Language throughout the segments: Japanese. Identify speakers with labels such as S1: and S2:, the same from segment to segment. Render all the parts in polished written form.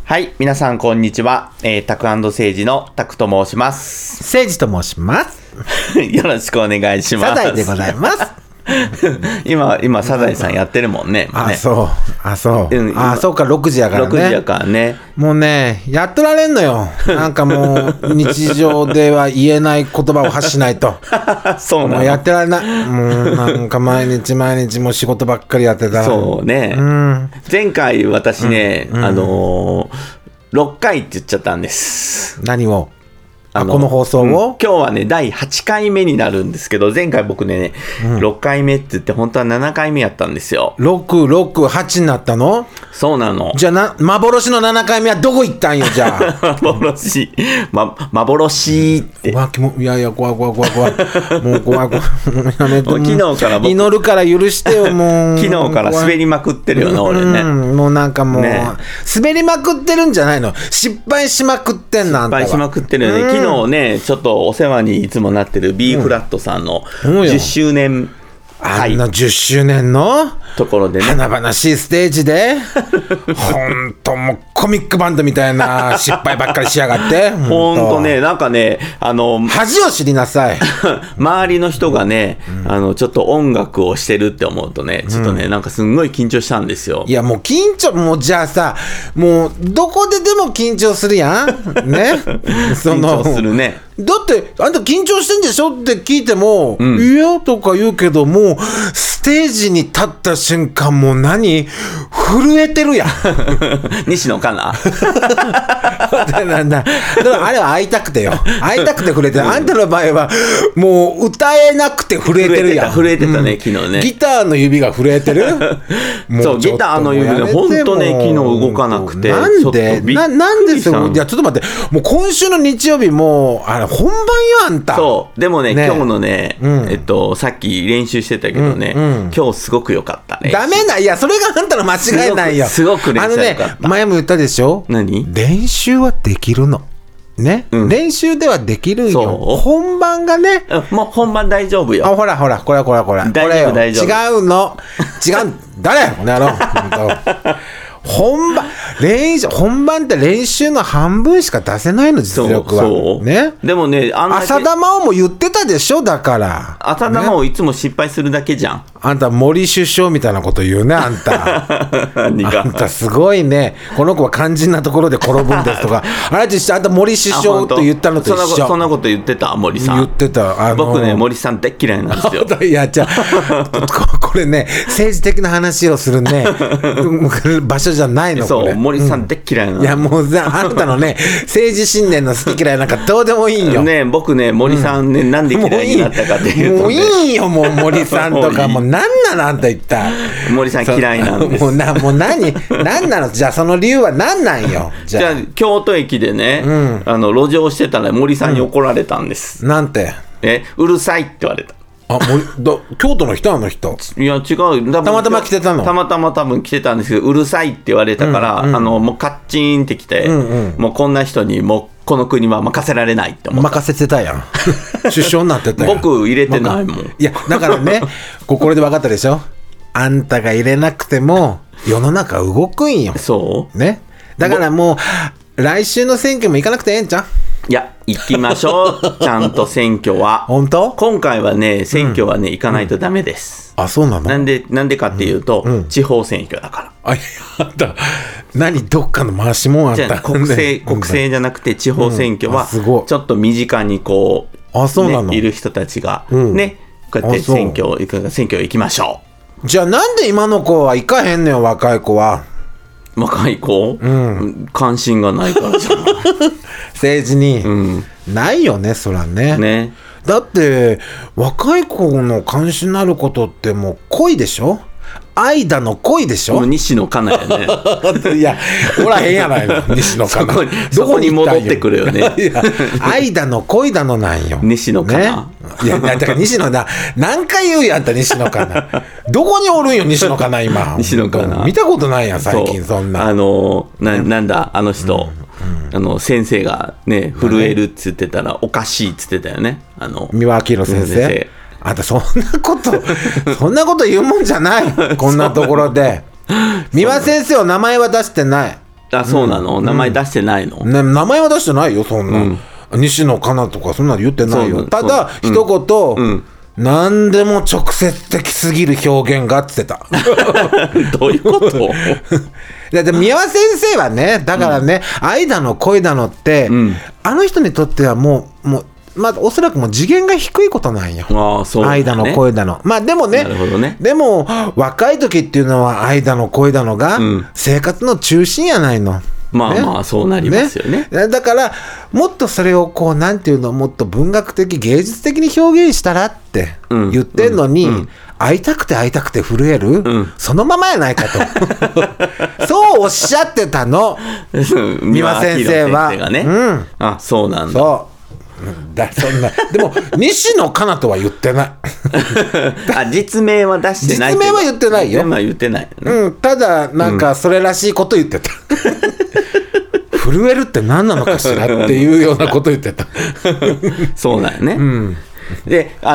S1: はい、皆さんこんにちは。タク&セイジのタクと申します。
S2: セイジと申します。
S1: よろしくお願いします。
S2: サザエでございます。
S1: 今サザエさんやってるもんね。
S2: あ、そう。そうか、6時やからね。
S1: 6時やからね。
S2: もうね、やっとられんのよ。なんかもう、日常では言えない言葉を発しないと。
S1: そうなの。
S2: もうやってられない。もうなんか毎日もう仕事ばっかりやってたら。
S1: そうね。前回私ね、6回って言っちゃったんです。
S2: 何をこの放送を、
S1: 今日はね第8回目になるんですけど、前回僕ね、6回目って言って本当は7回目やったんですよ。
S2: 8になったの？
S1: そうなの。
S2: じゃあ幻の7回目はどこ行ったんよ。じゃあ
S1: 幻って
S2: いや怖いもう怖いやめて。
S1: 昨日から僕
S2: 祈るから許してよ。もう
S1: 昨日から滑りまくってるよな俺ね。
S2: もうなんかもう、
S1: ね、
S2: 滑りまくってるんじゃないの、失敗しまくってんの。あんたは
S1: 失敗しまくってるよね。昨日ねちょっとお世話にいつもなってる B フラットさんの10周年
S2: あんな10周年の
S1: ところでね、
S2: 華々しいステージでほんともうコミックバンドみたいな失敗ばっかりしやがって
S1: ほんとね、なんかね
S2: 恥を知りなさい
S1: 周りの人がね、ちょっと音楽をしてるって思うとね、ちょっとね、なんかすんごい緊張したんですよ。
S2: いやもう緊張、もうじゃあさ、もうどこででも緊張するやんね
S1: 緊張するね。
S2: だってあんた緊張してんでしょって聞いても、いやとか言うけど、もうステージに立った瞬間もう震えてるやん
S1: 西野かな
S2: あれは会いたくて震えてる。あんたの場合はもう歌えなくて震えてるやん。
S1: 震えてたね、昨日ね。
S2: ギターの指が震えてる
S1: そう、ギターの指ね、ほんとね昨日動かなくて、
S2: なんでそう。いやちょっと待って、もう今週の日曜日もう本番よあんた。
S1: そうでもね今日のね、さっき練習してたけどね、今日すごく良かったね。
S2: ダメな、いやそれがあんたの間違いないよ。
S1: すごく練習良かった。
S2: 前も言ったでしょ。
S1: 何？練
S2: 習はできるのね、練習ではできるよ。本番がね、
S1: もう本番大丈夫よ。
S2: ほらこれ
S1: 大丈夫大丈夫。
S2: 違う誰この野郎本番って練習の半分しか出せないの、実力は。
S1: そう
S2: ね。
S1: でもね、
S2: 浅田真央も言ってたでしょ。だから
S1: 浅田真央いつも失敗するだけじゃん。
S2: あんた森首相みたいなこと言うね、あんた
S1: 何が
S2: あんたすごいね。この子は肝心なところで転ぶんですとかあれと一緒。あんた森首相と言ったのと一緒。
S1: そんなこと言ってた。森さん
S2: 言ってた。
S1: 僕ね森さん大嫌いなんですよ
S2: いやじゃあこれね政治的な話をするね場所じゃないの。
S1: そう、森さん大嫌いなの。
S2: いやもうあんたのね政治信念の好き嫌いなんかどうでもいいよ
S1: ね。僕ね森さんね、なんで嫌いになったかっていうと、ね、
S2: もういいよもう森さんとかもう何なのあんた言った
S1: 森さん嫌いなんです。
S2: もう何なの。じゃあその理由は何なんよ。
S1: じゃあ京都駅でね、路上してたら森さんに怒られたんです。
S2: なんて？
S1: うるさいって言われた。
S2: 京都の人？あの人？
S1: いや違う、
S2: たまたま来てたの？
S1: たまたま多分来てたんですけど、うるさいって言われたから、もうカッチーンってきて、もうこんな人にもうこの国は任せられないって思った。
S2: 任せてたやん首相になってたやん
S1: 僕入れてないもん。
S2: いやだからねこれで分かったでしょ。あんたが入れなくても世の中動くんよ。
S1: そう
S2: ね。だからもう来週の選挙も行かなくてええんちゃう？
S1: いや行きましょうちゃんと選挙は。
S2: 本当？
S1: 今回はね選挙はね、行かないとダメです。
S2: あ、そうなの？
S1: なんでかっていうと、地方選挙だから。
S2: あんた何どっかの回しもんあんた。
S1: じゃあ国政じゃなくて地方選挙はちょっと身近にこう、
S2: そうなの？
S1: いる人たちがね、こうやって選挙行きましょ
S2: う。じゃあなんで今の子は行かへんねん、若い子は。
S1: 若い子、関心がないからじゃん
S2: 政治に、ないよねそらね。だって若い子の関心のあることってもう恋でしょ。愛だの恋でしょ。
S1: 西野カナやね
S2: いやおらへんやないの西野カナ
S1: そこに戻ってくるよね
S2: いや愛だの恋だのなんよ
S1: 西野カナ、
S2: いやだから西野何回言うやんた西野カナどこにおるんよ西野カナ今
S1: 西野カナ
S2: 見たことないやん最近。そんな
S1: なんだあの人、先生がね震えるっつってたらおかしいっつってたよね。
S2: 三輪明宏先生。あんたそんなこと言うもんじゃないこんなところで。三輪先生は名前は出してない。
S1: あ、そうなの、名前出してないの、
S2: ね、名前は出してないよそんな、西野カナとかそんなの言ってないよ。ただ一言、何でも直接的すぎる表現がって言ってた
S1: どういうこと
S2: で宮輪先生はね、だからね、愛だの恋だのって、あの人にとってはもうまあ、おそらくもう次元が低いことなんよ。
S1: ああ、そうだね、
S2: 愛だの恋だの。まあでもね、
S1: なるほどね。
S2: でも若い時っていうのは愛だの恋だのが生活の中心やないの。
S1: まあまあそうなりますよね。
S2: だからもっとそれをこうなんていうの、もっと文学的芸術的に表現したらって言ってんのに、会いたくて会いたくて震える、そのままやないかとそうおっしゃってたの三輪先生は。
S1: あ、そうなんだ。
S2: そうそんなでも西野カナとは言ってない
S1: あ、実名は出してない。
S2: 実名は言ってないよ。
S1: 実名は言ってない、
S2: ただなんかそれらしいこと言ってた、震えるって何なのかしらっていうようなこと言ってた
S1: そうなんよね、であ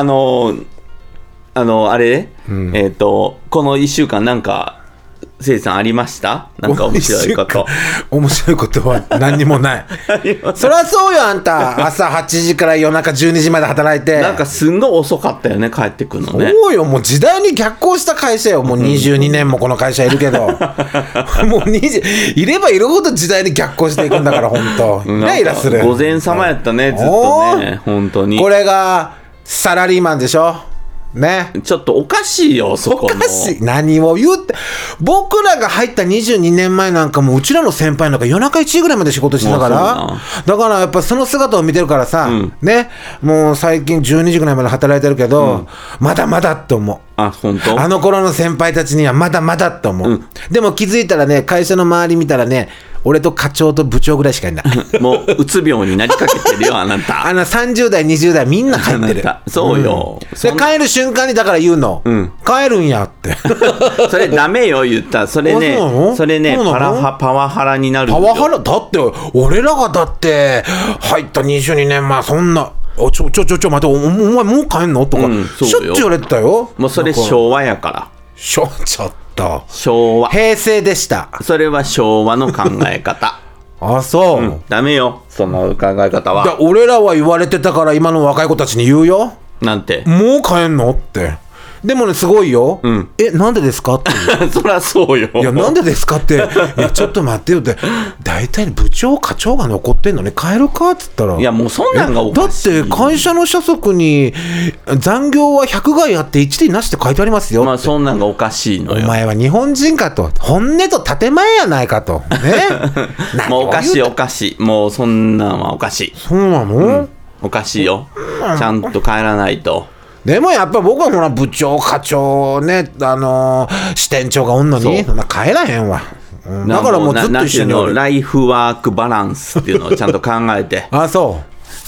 S1: れ、この1週間なんかせいさんありました？なんか面白いこと。
S2: 面白いことは何にもないそりゃそうよ、あんた朝8時から夜中12時まで働いて。
S1: なんかすんごい遅かったよね、帰ってくるのね。
S2: そうよ、もう時代に逆行した会社よ。もう22年もこの会社いるけどもういればいるほど時代に逆行していくんだから本当イライラする。
S1: 午前様やったね、ずっとね、本当に。
S2: これがサラリーマンでしょね、
S1: ちょっとおかしいよ、そこの。
S2: おかしい。何を言って。僕らが入った22年前なんかもうちらの先輩なんか夜中1時ぐらいまで仕事してたから、だからやっぱその姿を見てるからさ、ね、もう最近12時ぐらいまで働いてるけど、まだまだって思う。
S1: あ、本当？
S2: あの頃の先輩たちにはまだまだって思う、でも気づいたらね、会社の周り見たらね、俺と課長と部長ぐらいしかいない
S1: もううつ病になりかけてるよ、あなた
S2: 30代20代みんな帰ってる。
S1: そうよ、
S2: で帰る瞬間にだから言うの、帰るんやって
S1: それダメよ言ったら、それねパワハラになる。
S2: パワハラだって、俺らがだって入った22年前そんなちょ待って、お前もう帰んのとか、しょっちゅう言われてたよ。
S1: もうそれ昭和やから。
S2: ちょっと
S1: 昭和、
S2: 平成でした。
S1: それは昭和の考え方
S2: あ、そう、
S1: ダメよその考え方は。
S2: 俺らは言われてたから今の若い子たちに言うよ。
S1: なんて？
S2: もう帰んのって。でもね、すごいよ、なんでですかって
S1: そりゃそうよ。
S2: いや、なんでですかって、いやちょっと待ってよって、大体部長課長が残ってんのに帰るかっつったら、
S1: いやもうそんなんがおかしい。
S2: だって会社の社則に残業は100害あって1点なしって書いてありますよ。
S1: まあそんなんがおかしいのよ。
S2: お前は日本人かと、本音と建前やないかとね
S1: もうおかしいおかしい、もうそんなんはおかしい。
S2: そうなの、
S1: おかしいよ、ちゃんと帰らないと。
S2: でもやっぱ僕はほら部長課長ね、支店長がおんのにそんな帰らへんわ、だからもうずっと一緒におる。
S1: ライフワークバランスっていうのをちゃんと考えて
S2: あ、そう、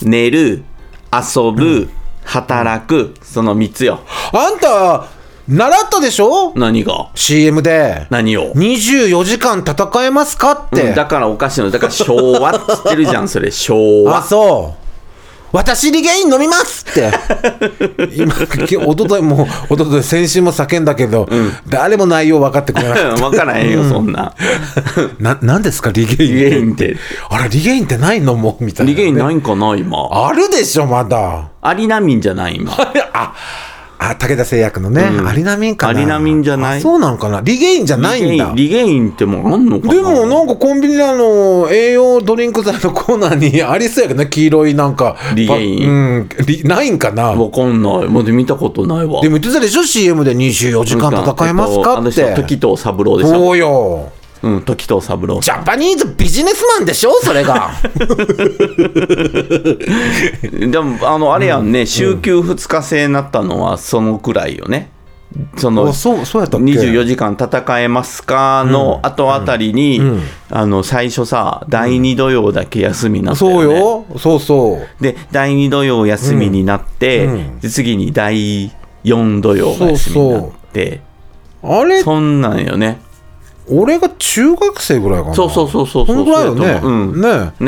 S1: 寝る、遊ぶ、働く、その3つよ。
S2: あんた習ったでしょ、
S1: 何が
S2: CM で。
S1: 何を
S2: 24時間戦えますかって、
S1: だからおかしいの。だから昭和って言ってるじゃんそれ昭和。
S2: あ、そう、私リゲイン飲みますって今おととい先週も叫んだけど、誰も内容分かってくれなかった
S1: 分からへんよ、そんな
S2: 何ですかリゲインって。あれリゲインってないのもみたいな、
S1: リゲインないんかな今。
S2: あるでしょまだ。
S1: アリナミンじゃない今
S2: 武田製薬のね、アリナミンかな。
S1: アリナミンじゃない。
S2: そうなんかな。リゲインじゃないんだ。
S1: リゲインってもうあんのかな。
S2: でもなんかコンビニの栄養ドリンク剤のコーナーにありそうやけどね、黄色いなんか
S1: リゲイン、
S2: ないんかな。
S1: わかんない、もう見たことないわ。
S2: でも言ってたでしょ CM で24時間戦えますかって。
S1: 時藤三郎でしょ。
S2: そうよ、
S1: 時藤三郎。
S2: ジャパニーズビジネスマンでしょそれが
S1: でもあれやんね、週休2日制になったのはそのくらいよね。そうやったっけ。24時間戦えますかの後あたりに、最初さ第2土曜だけ休みになったよね。
S2: そう
S1: で第2土曜休みになって、で次に第4土曜が休みになって、
S2: あれ
S1: そんなんよね。
S2: 俺が中学生ぐらいかな。
S1: そう
S2: そのぐらいよね。
S1: ね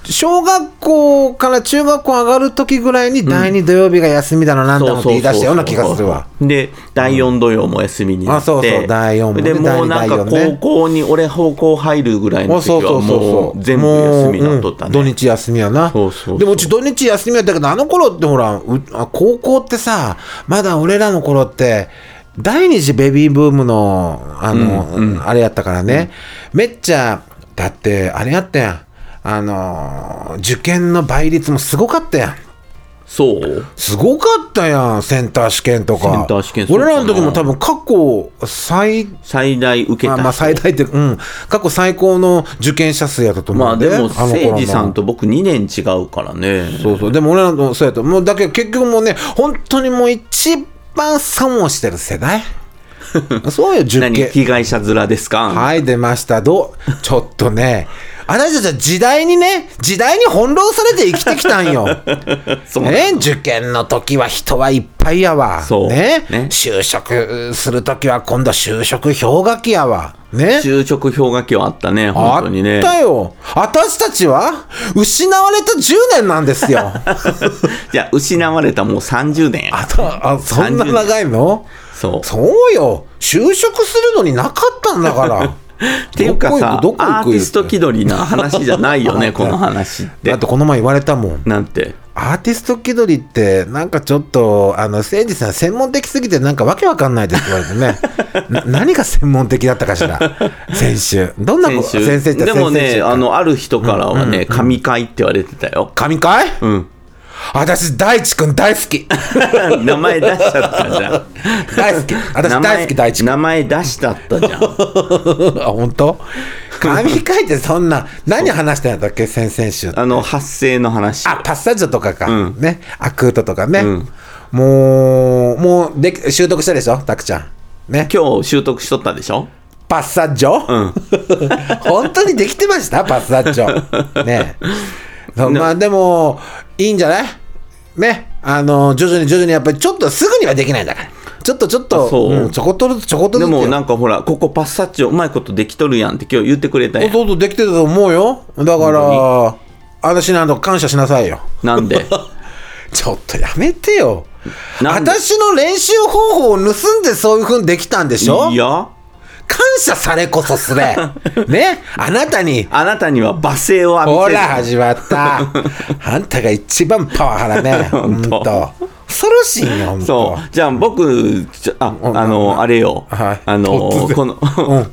S2: 小学校から中学校上がる時ぐらいに第2土曜日が休みだのなんだのって言い出したような気がするわ。
S1: で第4土曜も休みになって、
S2: そうそう第4もね、
S1: でもうなんか高校に俺高校入るぐらいの時はもう全部休みになっとったね。
S2: 土日休みやな。でもうち土日休みやったけど、あの頃ってほら高校ってさ、まだ俺らの頃って第二次ベビーブームのあれやったからね、めっちゃだってあれやったやん、受験の倍率もすごかったやん。
S1: そう
S2: すごかったやん、センター試験とか。
S1: センター試験
S2: 俺らの時も多分過去最
S1: 大受けた人、
S2: 最大って、過去最高の受験者数やったと思うんで。
S1: でも誠司さんと僕2年違うからね。
S2: そうでも俺らのそうやったもうだけど結局もうね、本当にもう一番損をしてる世代そういう受験。
S1: 何被害者面ですか。
S2: はい出ました。ちょっとね、私たちは時代に翻弄されて生きてきたんよね。受験の時は人はいっぱいやわね。就職する時は今度就職氷河期やわね。
S1: 就職氷河期はあったね、本当にね。
S2: あったよ。私たちは失われた10年なんですよ
S1: いや失われたもう30年や。
S2: そんな長いの。そうよ、就職するのになかったんだから
S1: っていうかさ、アーティスト気取りな話じゃないよねこの話って。
S2: だってこの前言われたもん。
S1: なんて。
S2: アーティスト気取りってなんかちょっと誠司さん専門的すぎてなんかわけわかんないですって言われてね何が専門的だったかしら先週。どんな先生って。
S1: でもね、ある人からはね、神回って言われてたよ。
S2: 神回。私大地くん大好き
S1: 名前出しちゃったじゃん。
S2: 大好き、私大好き大地くん。
S1: 名前出しちゃったじゃん
S2: 本当。神回ってそんな何話したんだっけ先々週。
S1: 発声の話。
S2: パッサージュとかか、ね、アクートとかね、もう習得したでしょタクちゃんね。
S1: 今日習得しとったでしょ
S2: パッサッジョ、本当にできてましたパッサッジョね。まあでもいいんじゃないね。徐々にやっぱりちょっとすぐにはできないんだから、ちょっとちょこっとずつ
S1: でもなんかほらここパッサッチョうまいことできとるやんって今日言ってくれたやん。
S2: そうできてたと思うよ。だから私なんと感謝しなさいよ。
S1: なんで
S2: ちょっとやめてよ。私の練習方法を盗んでそういう風にできたんでしょ。
S1: いや
S2: 感謝されこそすれね。あなたに
S1: は罵声を浴びてる。
S2: ほら始まったあんたが一番パワハラね本当恐ろしいよ本当。
S1: そうじゃあ僕あれよ、この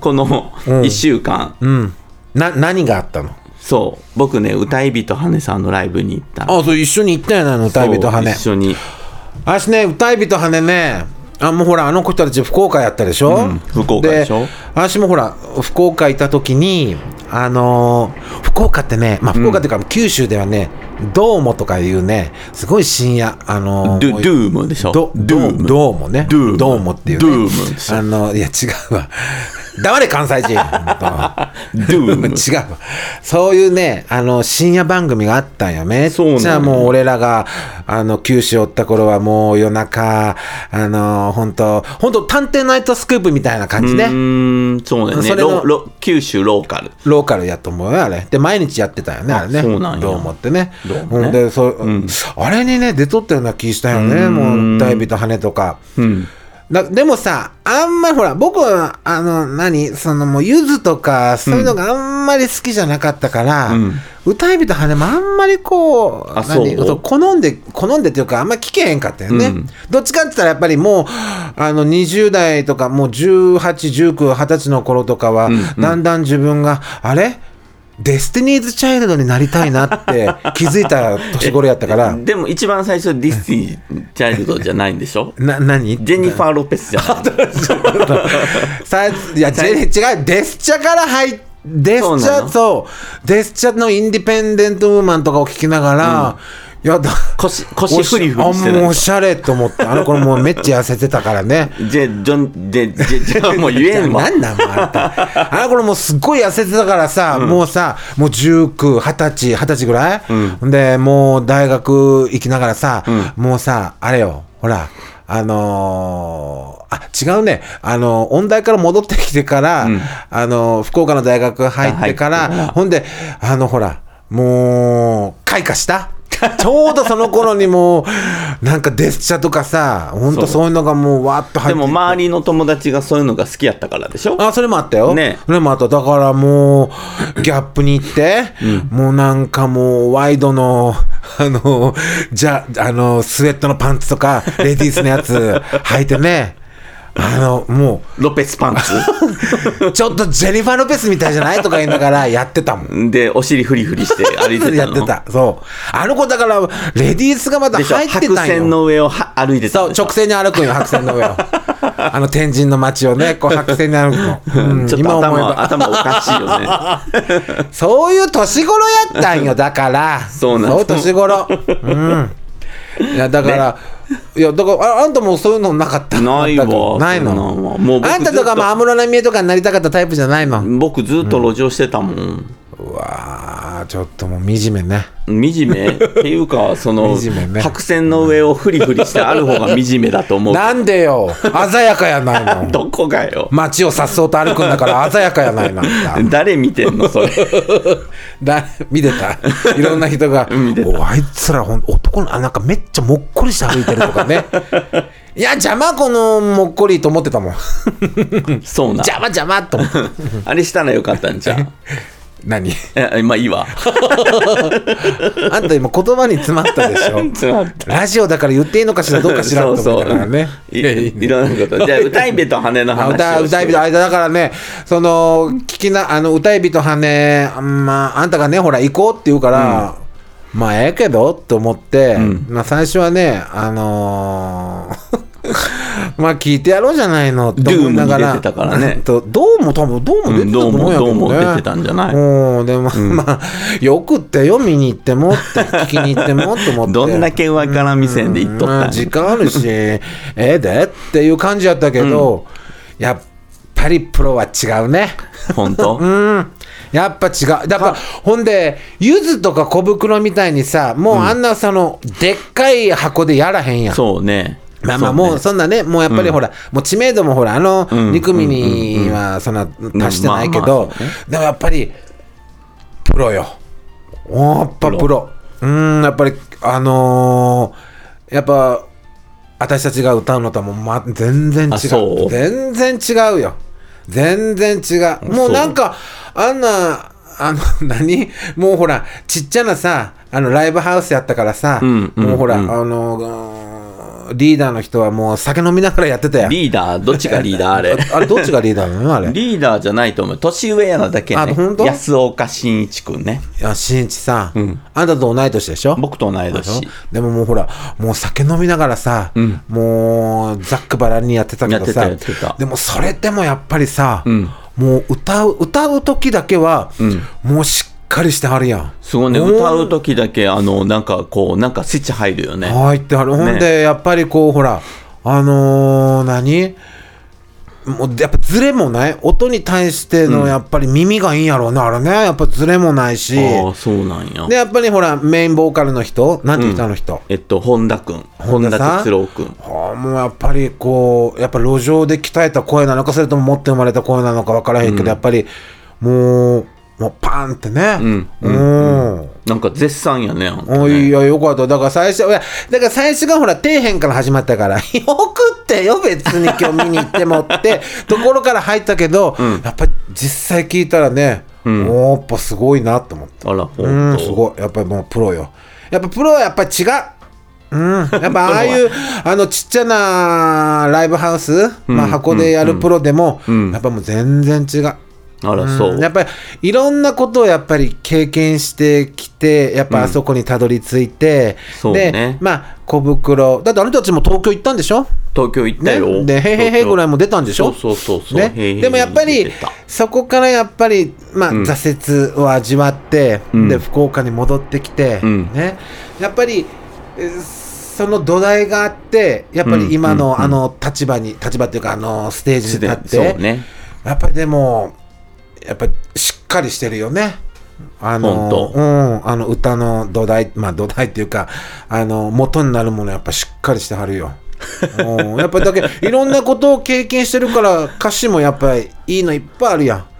S1: 1週間、
S2: 何があったの。
S1: そう僕ね歌い人羽さんのライブに行った。
S2: そう一緒に行ったよな歌い人羽。
S1: 一緒に。
S2: 私ね歌い人羽ね、もうほらあの子たち福岡やったでしょ、
S1: 福岡でしょ。
S2: 私もほら福岡いた時に福岡ってね、福岡っていうか九州ではねドーモとかいうねすごい深夜
S1: ドゥームでしょ。
S2: ドーモね、ドーモっていうね
S1: ドゥーム
S2: いや違うわ黙れ関西人違うわ。そういうね深夜番組があったんよ。めっちゃもう俺らが九州おった頃はもう夜中本当探偵ナイトスクープみたいな感じね。
S1: そうね。九州ローカル
S2: やと思うよあれで。毎日やってたよねあれね。
S1: そうなんや。
S2: どう思ってね。であれにね出とったような気したよね。もうダイビッド羽とか。でもさあんまりほら僕はもうゆずとかそういうのがあんまり好きじゃなかったから、歌い人羽もあんまりこう好んでっていうかあんまり聞けへんかったよね。どっちかって言ったらやっぱりもう20代とかもう18、19、20歳の頃とかは、だんだん自分があれデスティニーズチャイルドになりたいなって気づいた年頃やったから
S1: でも一番最初ディスティニーズチャイルドじゃないんでしょ
S2: 何
S1: ジェニファー・ロペスじゃない
S2: いや違うデスチャから入ってデスチャのインディペンデントウーマンとかを聞きながら、やだ
S1: 腰フリフリして
S2: もうおしゃれと思ってこれもうめっちゃ痩せてたからね
S1: じゃあもう言えんわ
S2: なんだもうこれもうすっごい痩せてたからさ、もう19、20歳ぐらい、でもう大学行きながらさ、もうさあれよほら違うね音大から戻ってきてから、福岡の大学入ってからほんでほらもう開花したちょうどその頃にもうなんかデスチャとかさ、ほんとそういうのがもうわっと入って、
S1: でも周りの友達がそういうのが好きやったからでしょ。
S2: あ、それもあったよ、
S1: ね、
S2: それもあった。だからもうギャップに行って、もうなんかもうワイドのスウェットのパンツとかレディースのやつ履いてね、も
S1: うロペスパン
S2: ツちょっとジェニファー・ロペスみたいじゃないとか言いながらやってたもん。
S1: でお尻フリフリして歩いてたの
S2: やってた。そう、あの子だからレディースがまだ入ってたんよ。
S1: 白線の上を歩いてた。
S2: そう、直線に歩くんよ、白線の上を天神の街をね、こう白線に歩くの、
S1: ちょっと頭おかしいよね
S2: そういう年頃やったんよ。だから
S1: そうなんです。
S2: 年頃いやだから、ね、いやだからあんたもそういうのなかった？
S1: ないわ。
S2: ないの？もうあんたとかも安室奈美恵とかになりたかったタイプじゃないの？
S1: 僕ずっと路上してたもん。
S2: うわー、ちょっともう惨めね。
S1: 惨めっていうか、その、ね、白線の上をフリフリしてある方が惨めだと思う。
S2: なんでよ、鮮やかやないの
S1: どこがよ。
S2: 街をさっそうと歩くんだから鮮やかやないの
S1: 誰見てんのそれ
S2: 見てた。いろんな人があいつら男のなんかめっちゃもっこりして歩いてるとかねいや邪魔このもっこりと思ってたもん
S1: そうな、
S2: 邪魔と思って
S1: あれしたらよかったんじゃん
S2: 何？
S1: まあいいわ
S2: あんた今言葉に詰まったでしょラジオだから言っていいのかしらどうかしらと思ったからね。
S1: いろんなこと。じゃあ歌い人羽の話を
S2: 歌い人間だからね、その歌い人羽、あんたがねほら行こうって言うから、まあええけどと思って、まあ最初はねまあ聞いてやろうじゃないのって思いながら、
S1: 出てたからね。
S2: どうも出てたと思うんやけどね。
S1: どうも出てたんじゃない。
S2: でもまあよくってよ、見に行ってもって聞きに行ってもと思って。
S1: どんだけ上から目線で行っとったん。
S2: 時間あるしでっていう感じやったけど、やっぱりプロは違うね。
S1: 本当？
S2: やっぱ違う。だからほんでゆずとか小袋みたいにさ、もうあんなそのでっかい箱でやらへんやん。
S1: そうね。
S2: まあもうそんなね、もうやっぱりほら、もう知名度もほら2組にはそんな達してないけど、でもやっぱりプロよ。やっぱプロ。やっぱりやっぱ私たちが歌うのとはもう全然違う。全然違うよ。全然違う。もうなんか何もうほらちっちゃなさライブハウスやったからさ、もうほらリーダーの人はもう酒飲みながらやってたよ。
S1: リーダーどっちがリーダーあれ
S2: あれどっちがリーダーなのあれ
S1: リーダーじゃないと思う。年上やなだけね。安岡真一くんね。
S2: いや真一さん、あんたと同い年でしょ。
S1: 僕と同い年。
S2: でももうほらもう酒飲みながらさ、もうざっくばらんにやってたけどさ、でもそれでもやっぱりさ、もう歌う時だけは、もうしっかりしてはるやん。
S1: すごいね。歌う時だけなんかこうなんかスイッチ入るよね。
S2: 入ってはる。ほんでやっぱりこうほら何もうやっぱズレもない。音に対してのやっぱり耳がいいんやろうね、あれね。やっぱズレもないし。
S1: ああそうなんや。
S2: でやっぱりほらメインボーカルの人なんて言ったの人、
S1: 本田君、本田哲郎君。
S2: もうやっぱりこうやっぱ路上で鍛えた声なのか、それとも持って生まれた声なのか分からへんけど、やっぱりもうパーンってね。
S1: なんか絶賛やね。
S2: いやよかった。だから最初がほら底辺から始まったからよくってよ別に今日見に行ってもってところから入ったけど、やっぱり実際聞いたらね、やっぱすごいなと思った。
S1: あら
S2: すごい。やっぱりもうプロよ。やっぱプロはやっぱり違う。やっぱああいうちっちゃなライブハウス、箱でやるプロでも、やっぱもう全然違う。
S1: あらそう
S2: やっぱりいろんなことをやっぱり経験してきて、やっぱあそこにたどり着いて、で小袋だってあの人たちも東京行ったんでしょ。
S1: 東京行ったよ、
S2: でへへへぐらいも出たんでしょ。
S1: そう
S2: でもやっぱりそこからやっぱり挫折を味わって、で福岡に戻ってきて、やっぱりその土台があって、やっぱり今の立場っていうかステージに立って、やっぱりでもやっぱりしっかりしてるよね。歌の土台っていうか元になるものやっぱしっかりしてはるよ。やっぱりだけいろんなことを経験してるから歌詞もやっぱりいいのいっぱいあるやん。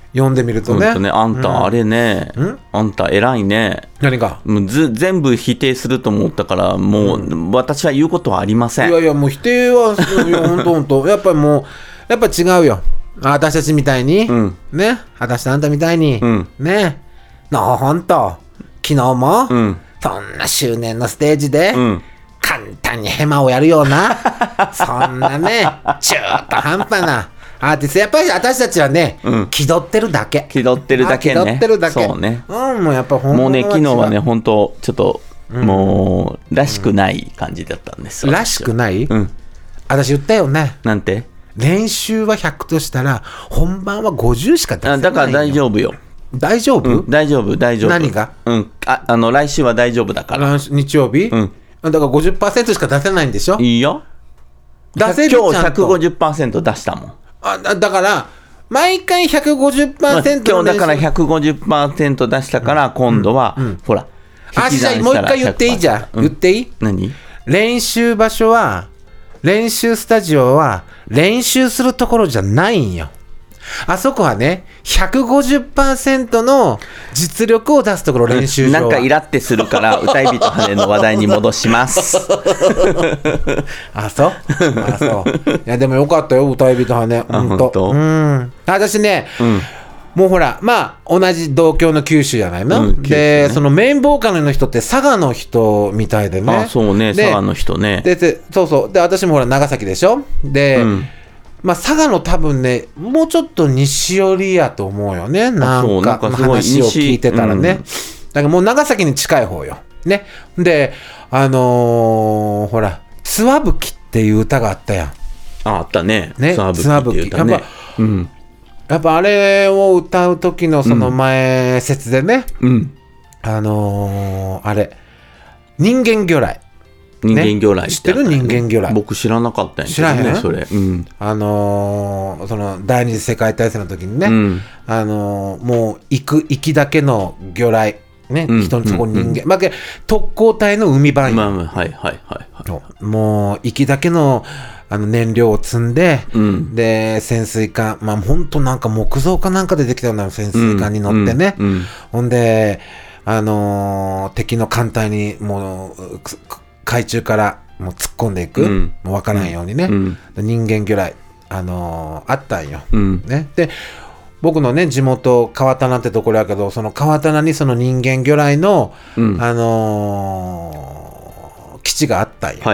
S2: 読んでみるとね、
S1: あんたあれね、あんた偉いね。
S2: 何が
S1: もう全部否定すると思ったから、もう、私は言うことはありません。
S2: いやいや、もう否定は本当やっぱりもうやっぱ違うよ、私たちみたいに、ね、私とあんたみたいに、ね、本当昨日も、そんな周年のステージで、簡単にヘマをやるようなそんなね中途半端なアーティスト、やっぱり私たちはね、気取ってるだけ。
S1: 気取ってるだけね。
S2: 気取ってるだけ。
S1: そうね。
S2: もうやっぱ
S1: もうね、昨日はね、本当ちょっと、もう、らしくない感じだったんです。
S2: らしくない？私言ったよね。
S1: なんて？
S2: 練習は100としたら、本番は50しか出せないよ。
S1: だから大丈夫よ。
S2: 大丈夫？
S1: 大丈夫、大丈夫。
S2: 何が？
S1: 来週は大丈夫だから。
S2: 日曜日？だから 50% しか出せないんでしょ？
S1: いいよ。
S2: 出せる
S1: 今日 150% 出したもん。
S2: だから毎回 150%
S1: 今日だから 150% 出したから、今度は、ほら、
S2: じゃあもう一回言っていい？じゃん、言っていい？
S1: 何？
S2: 練習場所は、練習スタジオは練習するところじゃないんよ。あそこはね、150% の実力を出すところ、練習場は。
S1: なんかイラってするから歌い人羽の話題に戻します
S2: そういやでもよかったよ、歌い人羽。本当。私ね、もうほら、同じ同郷の九州じゃないの、で、そのメインボーカルの人って佐賀の人みたいでね。
S1: そうね、佐賀の人ね。
S2: でそうで、私もほら長崎でしょ。で、佐賀の多分ね、もうちょっと西寄りやと思うよね。なんか話を聞いてたらね。だからもう長崎に近い方よ。ね。で、ほら、つわぶきっていう歌があったやん。
S1: あったね。
S2: つわぶき。やっぱあれを歌う時のその前説でね、あれ、人間魚雷。
S1: 人間魚雷
S2: 知ってる？人間魚雷。
S1: 僕知らなかったんや
S2: けどね、
S1: それ。
S2: その第二次世界大戦の時にね、もう行きだけの魚雷ね、人のそこに人間、特攻隊の海版よ。もう行きだけの燃料を積んで、で潜水艦、本当なんか木造かなんかでできたような潜水艦に乗ってね、ほんで敵の艦隊にもう海中からもう突っ込んでいく、もう分からんようにね、人間魚雷あったんよ、ね。で僕のね地元川棚ってところやけど、その川棚にその人間魚雷の、基地があったんよ。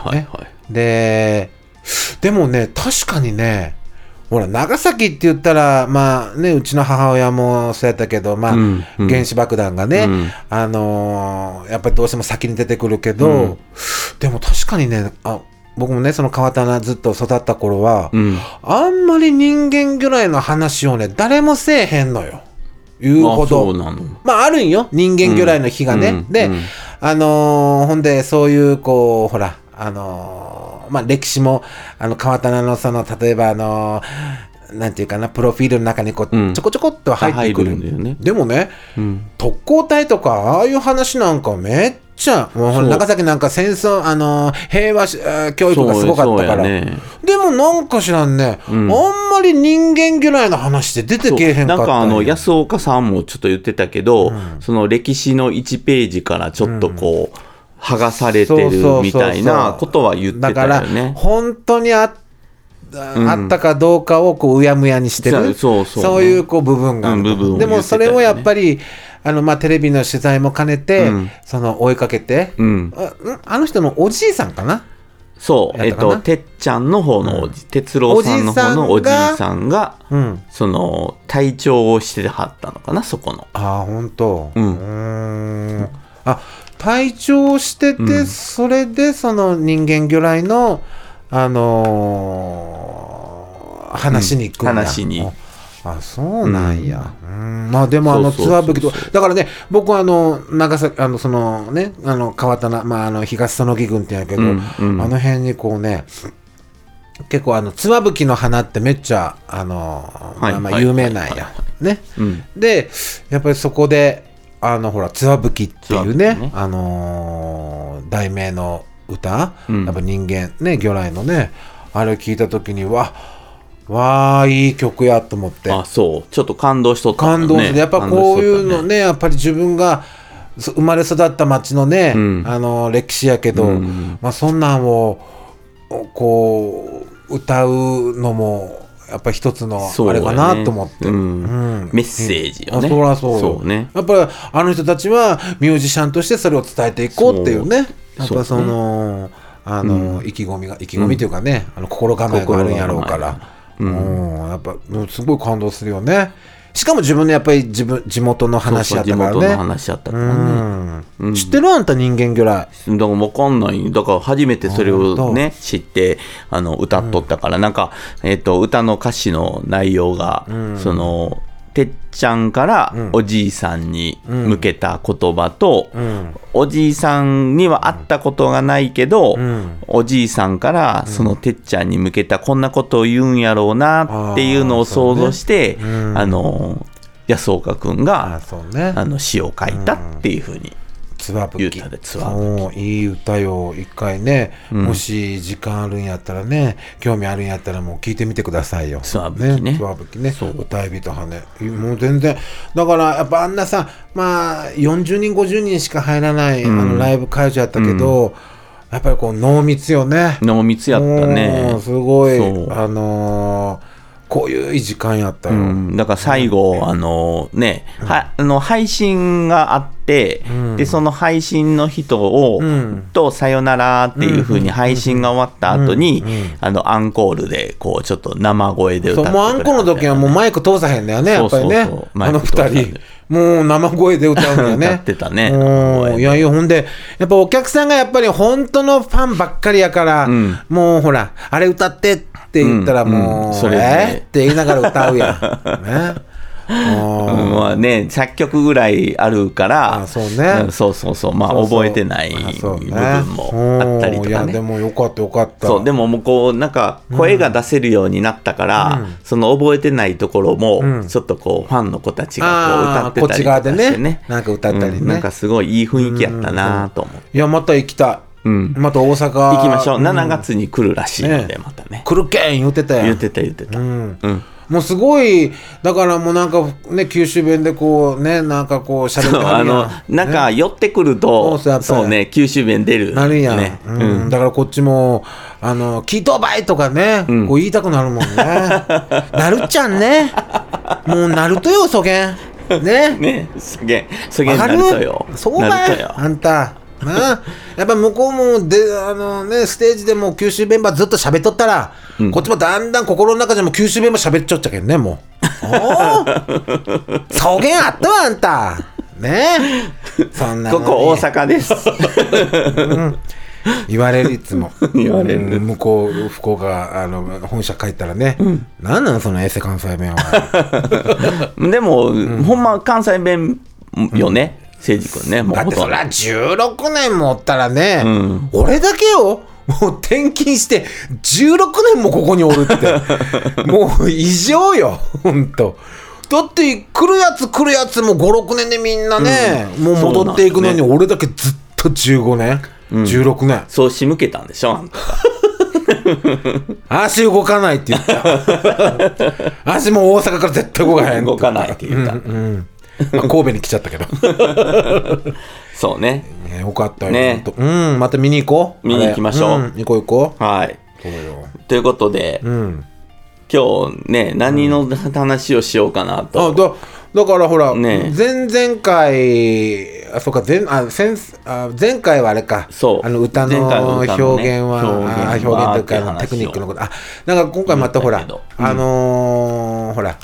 S2: でもね、確かにね、ほら長崎って言ったらうちの母親もそうやったけど、原子爆弾がね、やっぱりどうしても先に出てくるけど、でも確かにね、僕もねその川棚ずっと育った頃は、あんまり人間魚雷の話をね誰もせえへんのよ。言うほど。あるんよ、人間魚雷の日がね。で、ほんでそういうほら歴史も川棚のその例えばなんていうかな、プロフィールの中にちょこちょこっと入ってくるんだよね。でもね、特攻隊とかああいう話なんかめっちゃもう長崎なんか戦争平和教育がすごかったから、でもなんか知らんね、あんまり人間嫌いの話って出てけえへんかったんや。
S1: なんか安岡さんもちょっと言ってたけど、その歴史の1ページからちょっと剥がされてるみたいなことは言ってたよね。
S2: だから本当にあったかどうかをうやむやにしてる、そういう部分がある。でもそれをやっぱりテレビの取材も兼ねて、その追いかけて、あの人のおじいさんかな。
S1: そうてっちゃんの方の哲郎さんの方のおじいさんが、その隊長をしてはったのかな、そこの。
S2: 本当。隊長をしてて、それでその人間魚雷の話に行くんだ。
S1: 話に。
S2: そうなんや。でもつわぶきとだからね、僕は長崎そのね川棚東園木郡って言うんやけど、あの辺にね結構つわぶきの花ってめっちゃ有名なんやね。でやっぱりそこでほらつわぶきっていうね題名の歌、やっぱ人間ね魚雷のねあれを聞いた時にわあいい曲やと思って。
S1: あ、そうちょっと感動しとったもんね。
S2: 感動して、やっぱこういうのね、やっぱり自分が生まれ育った町のね、歴史やけど、まあ、そんなんをこう歌うのもやっぱり一つのあれかなと思って、
S1: メッセージよね。
S2: そりゃそうね。やっぱりあの人たちはミュージシャンとしてそれを伝えていこうっていうね、やっぱその意気込みというかね、心構えがあるんやろうから、やっぱすごい感動するよね。しかも自分のやっぱり地元の話やったからね。
S1: 地元の話やったからね。
S2: 知ってるあんた人間嫌い。だから
S1: 分かんない。だから初めてそれをね知って歌っとったから、なんか歌の歌詞の内容がそのてっちゃんからおじいさんに向けた言葉と、おじいさんには会ったことがないけど、おじいさんからそのてっちゃんに向けたこんなことを言うんやろうなっていうのを想像して、安岡くんが詩を書いたっていうふうに
S2: つばぶき。いい歌よ。一回ね、もし時間あるんやったらね、興味あるんやったらもう聞いてみてくださいよ。
S1: つばぶきね。
S2: つばぶきね。歌い人はね。もう全然だからやっぱあんなさ、まあ40人50人しか入らないライブ会場やったけど、やっぱりこう濃密よね。
S1: 濃密やったね。
S2: すごいこういういい時間やったよ。
S1: だから最後配信があって、でその配信の人を、とさよならっていう風に配信が終わった後に、アンコールでこうちょっと生声で歌ってくれた。
S2: もうアンコールの時はもうマイク通さへんだよね、やっぱりね。あの二人もう生声で歌うんだよね。
S1: 歌ってたね。
S2: いやほんでやっぱお客さんがやっぱり本当のファンばっかりやから、もうほらあれ歌ってって言ったらもう、って言いながら歌うやん。ね。
S1: まあね、作曲ぐらいあるから、そう、まあ覚えてない部分もあったりとかね。いや
S2: でもよかった。
S1: そうでももうこうなんか声が出せるようになったから、その覚えてないところもちょっとこうファンの子たちがこう歌ってたりとかしてね。こっち側でね、
S2: なんか歌ったりね。
S1: なんかすごいいい雰囲気やったなと思って。
S2: いやまた行きたい。また大阪
S1: 行きましょう。7月に来るらしいのでまたね。
S2: 来るけん言ってたやん。
S1: 言ってた。
S2: もうすごいだからもうなんかね九州弁でこうねなんかこう喋ってはるやん。
S1: なんか寄ってくるとそうね九州弁出る
S2: なるやん。だからこっちも聞いとばいとかねこう言いたくなるもんね。なるっちゃんね。もうなるとよそげんね。
S1: そげんなるとよ。
S2: そうばいあんた。やっぱ向こうもでステージでも九州弁ばずっと喋っとったら、こっちもだんだん心の中でも九州弁ば喋っちゃっちゃけんねもう。草原あったわあんたね。そんな
S1: ここ大阪です。
S2: 言われるいつも
S1: 言われる。
S2: 向こう福岡本社帰ったらね、なんなんそのエセ関西弁は。
S1: でもほんま関西弁よね。誠司君ね、もう
S2: だってそりゃ16年もおったらね、俺だけよもう転勤して16年もここにおるってもう異常よほんと。だって来るやつも 5,6 年でみんなね、もう戻っていくのに俺だけずっと15年、16年
S1: そう仕向けたんでしょあんた
S2: 足動かないって言った足も大阪から絶対動かへん
S1: 動かないって言った、
S2: 神戸に来ちゃったけど
S1: そうね。
S2: よかったよね。また見に行こ
S1: う。見に行きましょう。
S2: 行こう。
S1: はい。
S2: そうよ。
S1: ということで、今日ね何の話をしようかなと。
S2: だからほら、前々回前回はあれか。歌の表現は表現というかテクニックのこと。なんか今回またほらほら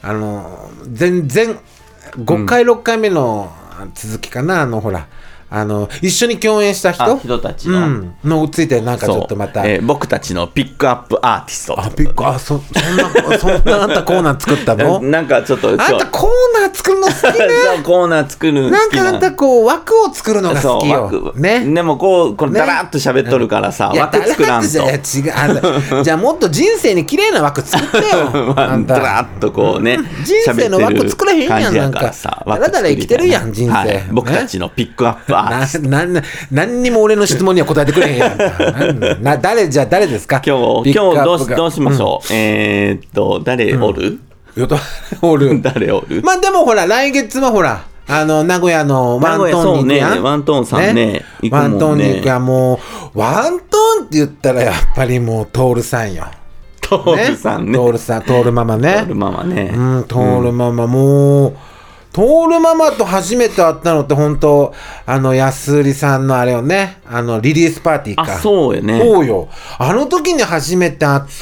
S2: 5回6回目の続きかなほら一緒に共演した人
S1: たちの
S2: ついてなんかちょっとまた
S1: 僕たちのピックアップアーティスト
S2: そんなあんたコーナー作ったの
S1: なんかちょっとあん
S2: たコーナー作るの好きね
S1: コーナー作るの好き
S2: なんかあんたこう枠を作るのが好きよね。
S1: でもこれだらっと喋っとるからさ枠作らんと
S2: じゃあもっと人生に綺麗な枠作ってよ
S1: だらっとこうね
S2: 人生の枠作れへんやんなんかだらだら生きてるやん人生
S1: 僕たちのピックアップバー
S2: 何にも俺の質問には答えてくれへんやんか誰ですか
S1: 今日どうしましょう、誰おる、誰おる。
S2: まあでもほら来月はほら名古屋のワントンに行くやん。
S1: ワントンさんね、行くもんね。
S2: ワントンに行くやん。もうワントンって言ったらやっぱりもうトールさんよ。
S1: トールさんね。
S2: トールママね。
S1: トールママね。
S2: トールママもう。トールママと初めて会ったのって本当安売さんのあれよね、リリースパーティーか。
S1: あ、そうよね。
S2: そうよ。あの時に初めて会って、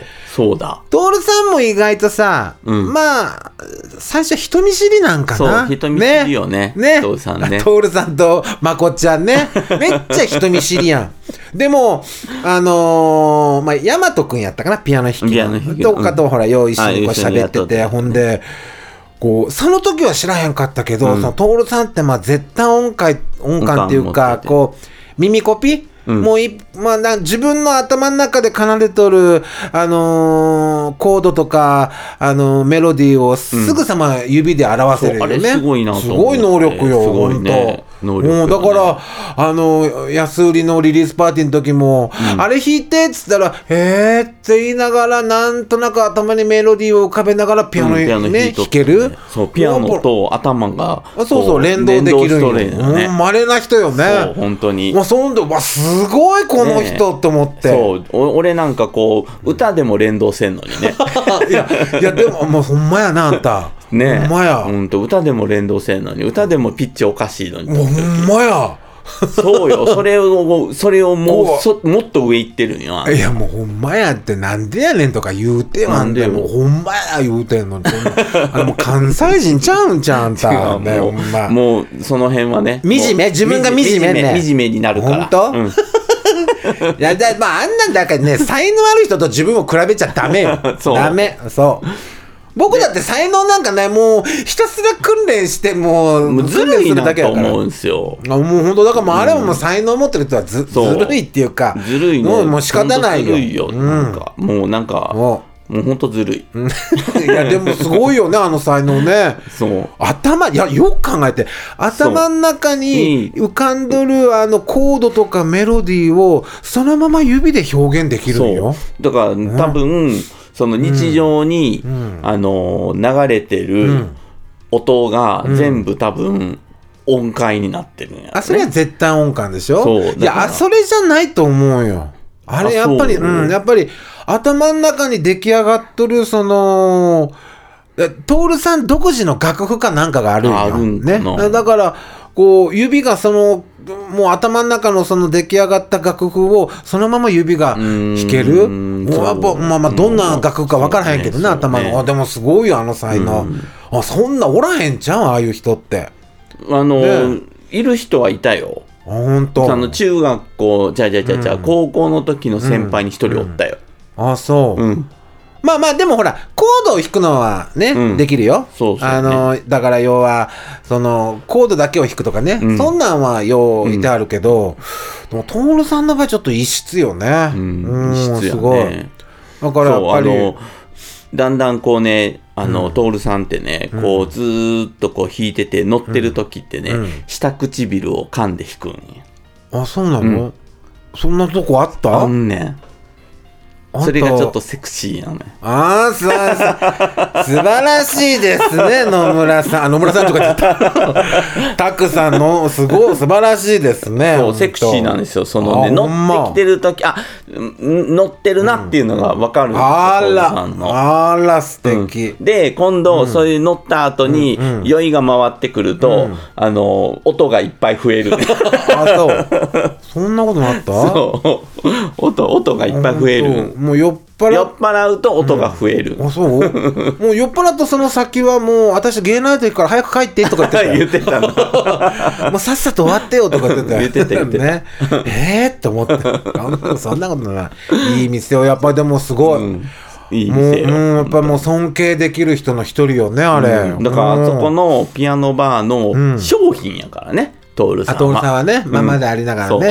S1: そうだ。
S2: トールさんも意外とさ、まあ最初人見知りなんかな。
S1: そう、人見知りよね。トールさんね。
S2: トールさんとまこちゃんね、めっちゃ人見知りやん。でもまあ大和くんやったかな、ピアノ弾きとかとほらよう一緒にこう喋ってて、ほんで。こうその時は知らへんかったけど、そのトールさんってまあ絶対音感っていうかこう耳コピ、もうまあ、自分の頭の中で奏でとる、コードとかメロディーをすぐさま指で表せるよね。
S1: すごいなと思って。
S2: すごい能力よ。
S1: すごいね。能力よね。
S2: だから安売りのリリースパーティーの時も、あれ弾いてっつったらへーって言いながらなんとなく頭にメロディーを浮かべながらピアノね、弾ける。
S1: そう、ピアノと頭が
S2: そう連動できるよね。稀な人よね。
S1: そう、本当に。
S2: まあそんですごいこの人って思って。
S1: そう、俺なんかこう歌でも連動せんのにね。
S2: いやでももうほんまやな、あんた。
S1: ねえ、
S2: ほんまや。
S1: 歌でも連動せんのに、歌でもピッチおかしいのに。
S2: ほんまや。
S1: そうよ、それをもっと上行ってるんよ。
S2: いやもうほんまやってなんでやねんとか言うてよ。なんでもうほんまや言うてんのに。もう関西人ちゃうんちゃうんた。
S1: もうその辺はね。
S2: 自分が惨めね。
S1: 惨めになるから。
S2: 本当？いやまああんなんだからね、才能ある人と自分を比べちゃダメよ。ダメ。そう。僕だって才能なんかね、もうひたすら訓練してもう
S1: ずるいなと思うんですよ。
S2: もう本当だからもうあれはもう才能持ってる人はずるいっていうか、
S1: ずるいね。
S2: もう仕方ないよ。
S1: ずるいよ。もう本当ずるい。
S2: いやでもすごいよね、あの才能ね。
S1: そう。
S2: いやよく考えて、頭の中に浮かんどるコードとかメロディーをそのまま指で表現できるんよ。
S1: だから多分。その日常に、流れてる音が全部多分音階になってるんや、ね。
S2: それは絶対音感でしょ。そう。いやそれじゃないと思うよ。あれやっぱりやっぱり頭の中に出来上がっとるそのトールさん独自の楽譜かなんかがあるんよね。だからこう指がもう頭の中のその出来上がった楽譜をそのまま指が弾ける。まあどんな楽譜か分からへんけどね、頭の。でもすごいよ、あの才能。そんなおらへんじゃん、ああいう人って。
S1: いる人はいたよ。
S2: 本当。
S1: 中学校高校の時の先輩に一人おったよ。
S2: そう。まあでもほらコードを弾くのはね、できるよ。だから要はそのコードだけを弾くとかね、そんなんはよういてあるけど、でもトールさんの場合ちょっと異質よね。
S1: 異質やね。
S2: すごい。だからやっぱり
S1: だんだんこうね、トールさんってね、こうずーっとこう弾いてて乗ってる時ってね、下唇を噛んで弾くんや。
S2: そうなの？そんなとこあった？
S1: あんねん。それがちょっとセクシーなのよ。
S2: 素晴らしいですね、野村さん。野村さんとか言ったタクさんの素晴らしいですね。
S1: そう、セクシーなんですよ。そのね、乗ってきてる時、乗ってるなっていうのが分かるんですよ。
S2: あら素敵。
S1: で今度そういう乗った後に酔いが回ってくると、音がいっぱい増える。
S2: そんなことなった？
S1: そう、音がいっぱい増える。
S2: もう酔っ
S1: 払うと音が増える。
S2: そうもう酔っ払うとその先はもう私芸能時から早く帰ってとか
S1: 言ってたの。
S2: もうさっさと終わってよとか言ってた
S1: よ
S2: ね。って思ってそんなことない。いい店をやっぱでもすごい。
S1: いい店よ。
S2: やっぱもう尊敬できる人の一人よね、あれ。
S1: だからあそこのピアノバーの商品やからね、トールさんは。
S2: トールさんはね、ママでありながらね。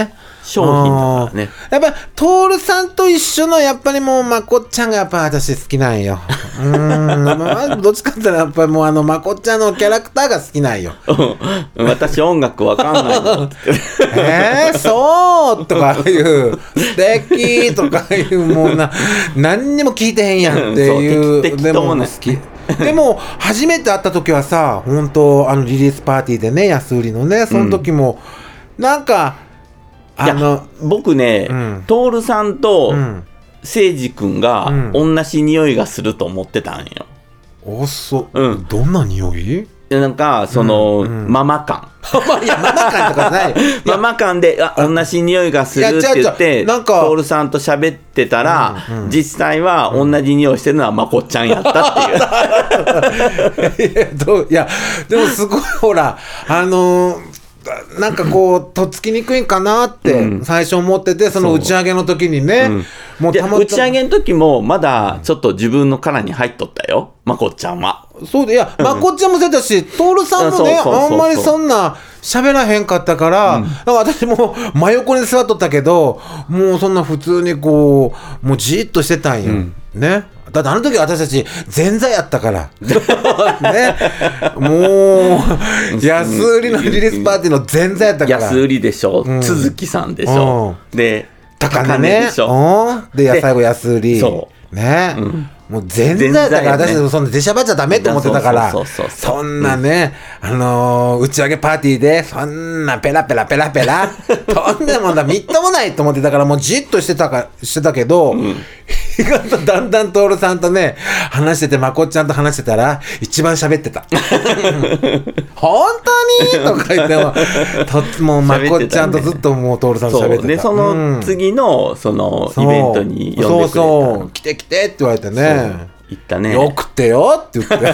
S1: 商品だからね。
S2: やっぱ徹さんと一緒のやっぱりもうまこっちゃんがやっぱ私好きなんよ。どっちかって言ったらやっぱりもうまこっちゃんのキャラクターが好きなんよ。
S1: 私音楽わかんないのって
S2: そうとかいう素敵とかいうもう何にも聞いてへんやんっていう
S1: でも好き。
S2: でも初めて会った時はさ、本当リリースパーティーでね、安売りのね、その時もなんか
S1: 僕ね、徹さんと誠司君が同じ匂いがすると思ってたんよ。
S2: どんな匂い？
S1: なんかその、ママ感
S2: いやママ感とかない
S1: ママ感で同じ匂いがするって言って徹さんと喋ってたら、実際は同じ匂いしてるのはまこっちゃんやったっていう
S2: いやでもすごいほらなんかこうとっつきにくいかなって最初思ってて、その打ち上げの時にね、
S1: もう打ち上げの時もまだちょっと自分の殻に入っとったよ、まこっちゃんは。
S2: そうで、いや、まこっちゃんもそうだし、徹さんもね、あんまりそんな喋らへんかったから、私も真横に座っとったけど、もうそんな普通にこうもうじーっとしてたんよ、ね。だってあの時私たち前座やったからね、もう安売りのリリースパーティーの前座やったから。
S1: 安売りでしょ、都築さんでしょ、で
S2: 高値ねで最後安売りそうね、もう前座やったから私そんな出しゃばっちゃダメって思ってたから、そんなね、打ち上げパーティーでそんなペラペラペラペラとんでもみっともないと思ってたから、もうじっとしてたけど、意外とだんだん徹さんとね話してて、まこっちゃんと話してたら一番喋ってた本当にとか言ってもうまこっちゃんとずっともう徹さんと喋ってた。
S1: でその次のそのイベントに呼んでくれた。
S2: そう来て来てって言われてね、
S1: 言ったね。
S2: よくってよって言って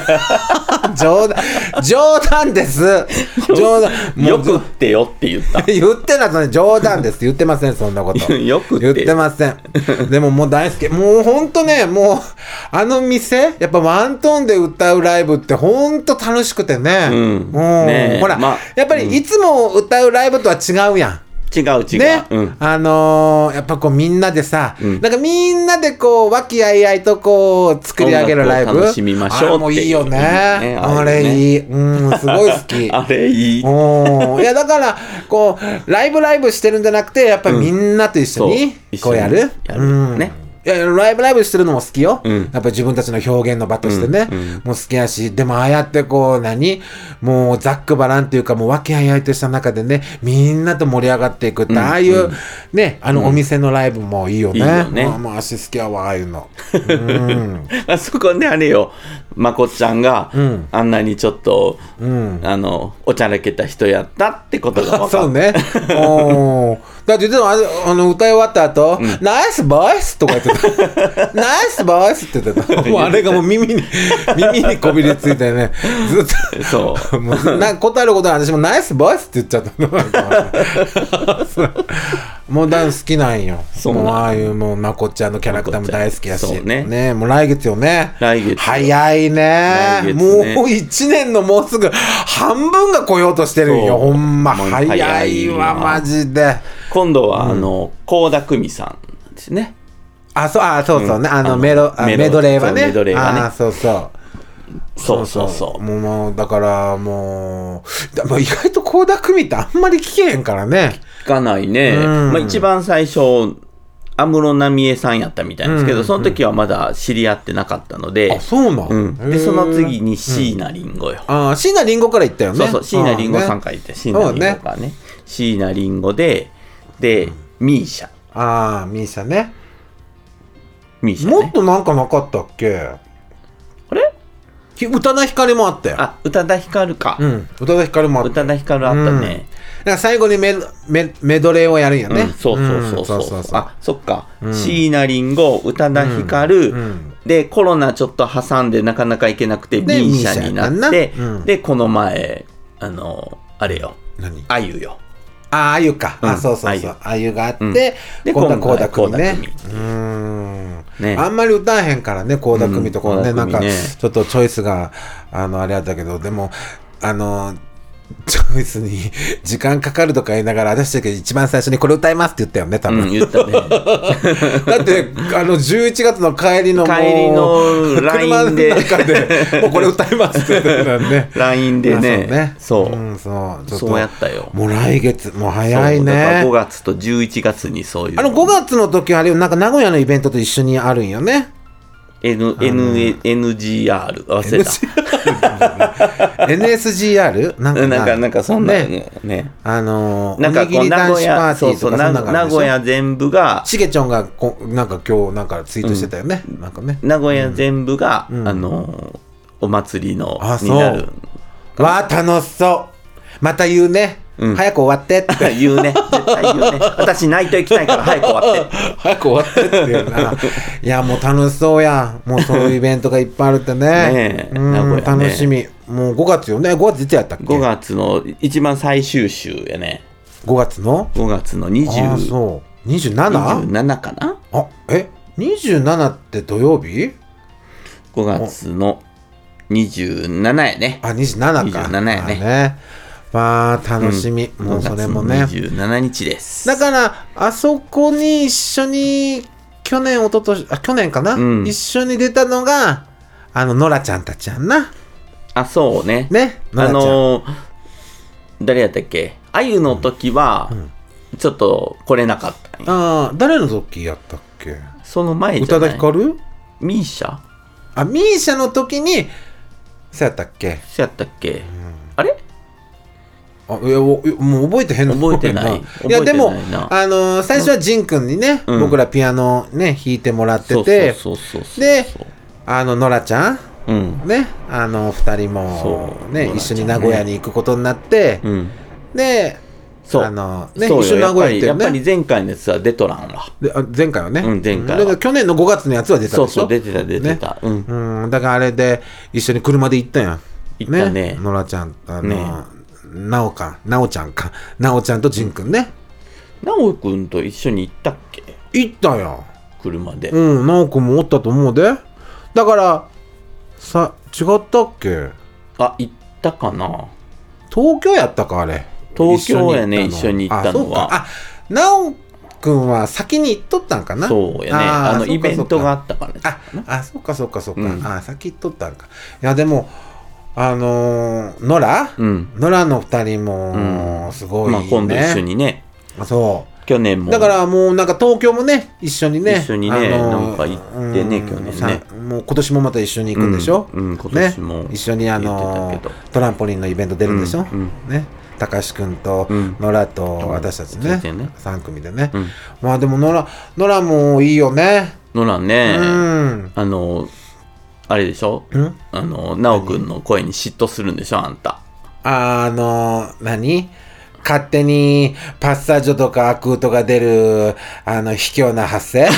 S2: 冗談です冗談
S1: よくってよって言った
S2: 言ってなくて冗談です言ってません、そんなこと
S1: よくって
S2: 言ってませんでももう大好き、もうほんとね、もうあの店やっぱワントーンで歌うライブってほんと楽しくてね、ね、ほら、やっぱりいつも歌うライブとは違うやん。
S1: 違うね、
S2: やっぱこうみんなでさ、なんかみんなでこう和気あいあいとこう作り上げるライブ、
S1: 楽しみましょうって、
S2: もういいよね、あれいい、すごい好き
S1: あれいい。い
S2: やだからこうライブしてるんじゃなくて、やっぱりみんなと一緒にこうやるね。いやライブしてるのも好きよ、やっぱり自分たちの表現の場としてね、もう好きやし、でもああやってこうもうざっくばらんっていうか、もう和気あいあいとした中でね、みんなと盛り上がっていくって、ああいうね、お店のライブもいいよね。もう足好きやわ、ああいうの。
S1: そこであれよ、まこっちゃんがあんなにちょっとおちゃらけた人やったってことが分かった。
S2: そうね。だって歌い終わった後、ナイスボイスとか言ってた。ナイスボイスって言ってた。もうあれがもう耳にこびりついてね、ずっと。そう。もう答えることは私もナイスボイスって言っちゃった。もう好きなんよ。もうああいうもうまこっちゃんのキャラクターも大好きやし。ね、もう来月よね。
S1: 来月。
S2: 早いね。もう1年のもうすぐ半分が来ようとしてるんよ。ほんま早いわマジで。
S1: 今度は倖田來未さんですね。
S2: そうそうね、メドレーはね。
S1: メドレーはね。
S2: そう。もうだからもう意外と倖田來未ってあんまり聞けへんからね。
S1: 聞かないね。一番最初安室奈美恵さんやったみたいですけど、その時はまだ知り合ってなかったので。
S2: そうなん。
S1: でその次に椎名林檎よ。
S2: 椎名林檎から行ったよね。
S1: そう椎名林檎さんから行って椎名林檎からね。椎名林檎でミーシャ。
S2: ミーシャね。
S1: も
S2: っとなんかなかったっけ？
S1: あれ？
S2: 宇多田ヒカルもあったよ。
S1: 宇多田ヒカルか。
S2: 宇多田ヒカルもあった。
S1: 宇多田ヒカルあったね。
S2: だから最後にメドレーをやるんやね。
S1: そう。そっか。椎名林檎、宇多田ヒカルでコロナちょっと挟んでなかなか行けなくてミーシャになって、でこの前あれよ。あゆよ。
S2: あゆか。そう。あゆがあって、今度は倖田來未ね。あんまり歌えへんからね、倖田來未とかね、なんかちょっとチョイスがあれやったけど、でもチョイスに時間かかるとか言いながら、私たちが一番最初にこれ歌いますって言ったよね、多分。
S1: 言ったね。
S2: だって11月の帰りの
S1: LINE で
S2: 車の中でもうこれ歌いますって言ったんで
S1: LINE でね、そう
S2: そう
S1: やったよ。
S2: もう来月もう早いね。だから
S1: 5月と11月にそういう
S2: 5月の時あれなんか名古屋のイベントと一緒にあるんよね。
S1: NGR 忘れた。
S2: NSGR
S1: なんかそんなね。
S2: なんかおにぎり男子パーティーとかそんなの
S1: 名古屋全部が
S2: しげちょんがなんか今日なんかツイートしてたよね。なんかね。
S1: 名古屋全部がお祭りのになる。
S2: わあ楽しそう。また言うね。早く終わってって
S1: 言うね。絶対言うね。私ナイト行きたいから早く終わって。
S2: 早く終わってっていうな。いやもう楽しそうや。もうそういうイベントがいっぱいあるってね。名古屋ね。楽しみ。もう5月よね。5月いつやったっけ？5
S1: 月の一番最終週やね。
S2: 5月の
S1: 20。
S2: あそう。27？
S1: 27かな？
S2: あ27って土曜日
S1: ？5月の27やね。
S2: あ27か。
S1: 27やね。
S2: わあ楽しみ、もうそれもね
S1: 27日です。
S2: だからあそこに一緒に去年かな、一緒に出たのがノラちゃんたちやんな。
S1: あそうね。誰やったっけ、あゆの時はちょっと来れなかったんや。
S2: 誰の時やったっけ？
S1: その前じゃない？
S2: 宇多田ヒカル？
S1: ミーシャ？
S2: ミーシャの時にそうやったっけ？あれ？もう覚えてへんの？
S1: 覚えてない。
S2: いやでも最初はジンくんにね、僕らピアノね弾いてもらってて、でノラちゃんね2人もね一緒に名古屋に行くことになって、で一緒に名古屋行ってね。
S1: やっぱり前回のやつは出とらんわ。
S2: 前回はね。
S1: 前回は
S2: 去年の5月のやつは出たでしょ。
S1: そう出てた。
S2: だからあれで一緒に車で行ったやん。
S1: 行ったね。
S2: ノラちゃんなおちゃんとジンくんね。
S1: なおくんと一緒に行ったっけ？
S2: 行ったやん
S1: 車で。
S2: なおくんもおったと思うで。だから違ったっけ？
S1: 行ったかな。
S2: 東京やったかあれ。
S1: 東京やね、一緒に行ったのは。
S2: なおくんは先に行っとったんかな。
S1: そうやね。イベントがあったからね。
S2: そっか。先行っとったんか。いやでもノラの2人もすごいね。
S1: 今度一緒にね。
S2: そう
S1: 去年も
S2: だからもうなんか東京もね一緒にね
S1: なんか行ってね、去年ね。
S2: もう今年もまた一緒に行くんでしょ。
S1: 今年も
S2: 一緒にトランポリンのイベント出るんでしょ。ね、高橋くんとノラと私たちね3組でね。まあでもノラもいいよね。
S1: ノラね、あれでしょ、なおくんの声に嫉妬するんでしょ、あんた。何勝手にパッサージョとかアクーとか出る卑怯な発声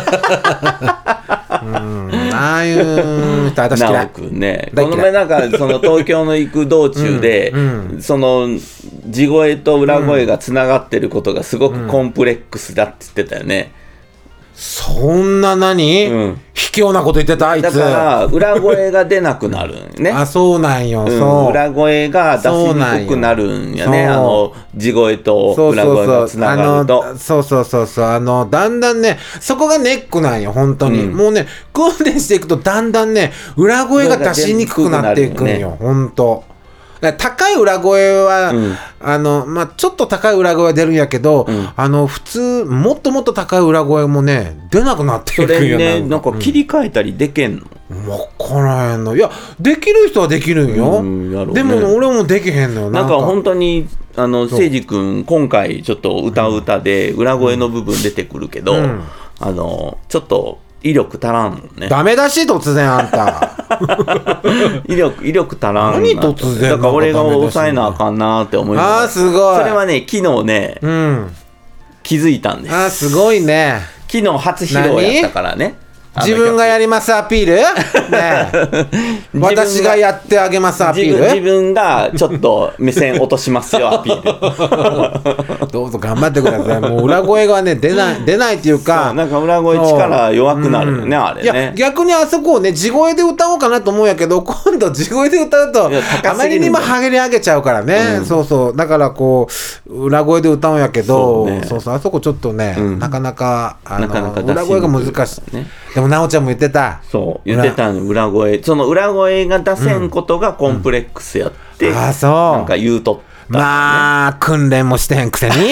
S1: ああいう人私嫌い。なおくんね、この前なんかその東京の行く道中でその地声と裏声がつながってることがすごくコンプレックスだって言ってたよね。そんな卑怯なこと言ってたあいつ。だから裏声が出なくなるんね。そうなんよ。裏声が出しにくくなるんやね。地声と裏声がつながると。そうだんだんね、そこがネックなんよ本当に。もうね訓練していくとだんだんね裏声が出しにくくなっていくんよ本当。高い裏声は、ちょっと高い裏声は出るんやけど、普通もっともっと高い裏声もね出なくなっていくんや。それね、なんか切り替えたりでけんの？分からへんの。いやできる人はできるんよ。でも俺もできへんのよ。なんか本当にせいじ君今回ちょっと歌う歌で裏声の部分出てくるけど、ちょっと威力足らんもんね。ダメだし突然あんた威力足らん。何突然。だから俺が抑えなあかんなって思います。すごい。それはね昨日ね、気づいたんです。すごいね。昨日初披露やったからね。
S2: 自分がやりますアピールね私がやってあげますアピール
S1: 自分がちょっと目線落としますよアピー
S2: ルどうぞ頑張ってください。もう裏声がね出ないっていうか、
S1: なんか裏声力弱くなるよね、あれね。
S2: いや逆にあそこをね地声で歌おうかなと思うんやけど、今度地声で歌うとあまりにもはげり上げちゃうからね、そうそう、だからこう裏声で歌うんやけど、そうそう、あそこちょっとね、なかなか裏声が難しいね。でもなおちゃんも言ってた、
S1: そう言ってたの、裏声、その裏声が出せんことがコンプレックスやって、
S2: あ、そう
S1: なんか言うとった、ね、
S2: まあ訓練もしてへんくせに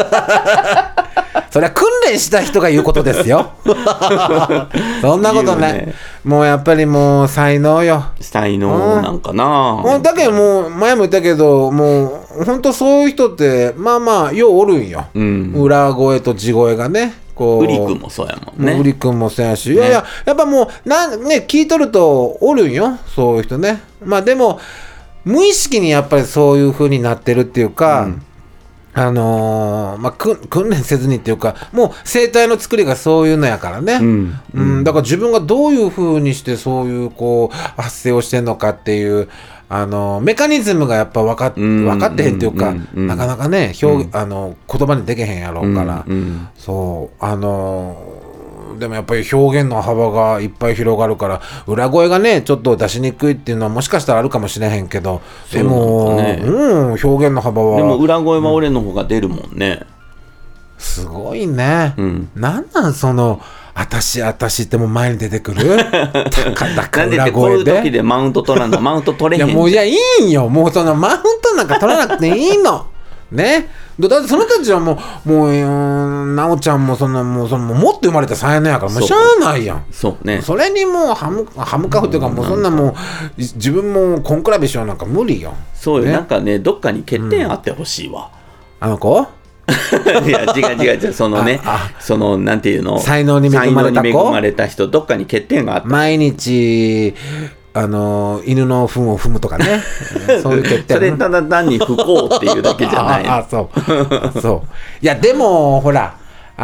S2: それは訓練した人が言うことですよそんなことない、ね、もうやっぱりもう才能よ、
S1: 才能なんかな、
S2: だけどもう前も言ったけど、もう本当そういう人ってまあまあようおるんよ、裏声と地声がね、
S1: ウリ君もそうやもんね。
S2: ウリ君もそうやし、いやいや、やっぱもうね、聞いとるとおるんよ、そういう人ね。まあでも無意識にやっぱりそういう風になってるっていうか、まあ、訓練せずにっていうか、もう声帯の作りがそういうのやからね、だから自分がどういう風にしてそういうこう発声をしてんのかっていうメカニズムがやっぱ分かってへんっていうか、なかなかね言葉にできへんやろうから、そうでもやっぱり表現の幅がいっぱい広がるから、裏声がねちょっと出しにくいっていうのはもしかしたらあるかもしれへんけど、でも、表現の幅は、
S1: でも裏声は俺の方が出るもんね、
S2: すごいね、なんその私ってもう前に出てくるたか
S1: なんでってこういう時でマウント取らんのマウント取れへん、
S2: いやもういいんよ、もうそのマウントなんか取らなくていいのね、だってその人たちはもうなおちゃんももっと生まれた才能やからもうしゃあないやん。
S1: そうね、
S2: それにもうハムカフっていうか、もうそんなもう自分もコンクラベしようなんか無理よ。
S1: そうよ、ね、なんかねどっかに欠点あってほしいわ、
S2: あの子
S1: いや違うそのねそのなんていうの、
S2: 才能に恵まれた子、
S1: 才能に恵まれた人、どっかに欠点があった、
S2: 毎日犬の糞を踏むとかねそういう欠点
S1: それただ単に不幸っていうだけじゃない
S2: そういやでもほら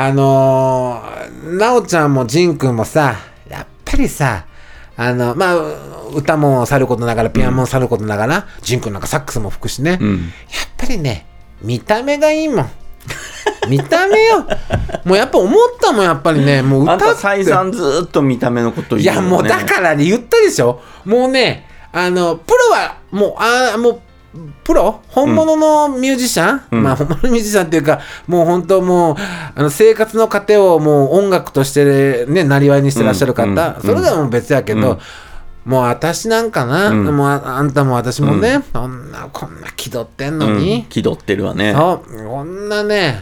S2: なおちゃんもじんくんもさ、やっぱりさまあ歌もさることながらピアノもさることながら、じんくんなんかサックスも吹くしね、やっぱりね見た目がいいもん見た目よ、もうやっぱ思ったもん、やっぱりね、もう歌って、あんた
S1: 再三ずっと見た目のこと言うよね。
S2: いやもうだからね言ったでしょ、もうねプロはもうプロ本物のミュージシャン、まあ本物のミュージシャンっていうか、もう本当もう生活の糧をもう音楽としてねなりわいにしてらっしゃる方、それでも別やけど、もう私なんかな、もうあんたも私もね、こんな気取ってんのに、
S1: 気取ってるわね。
S2: そうこんなね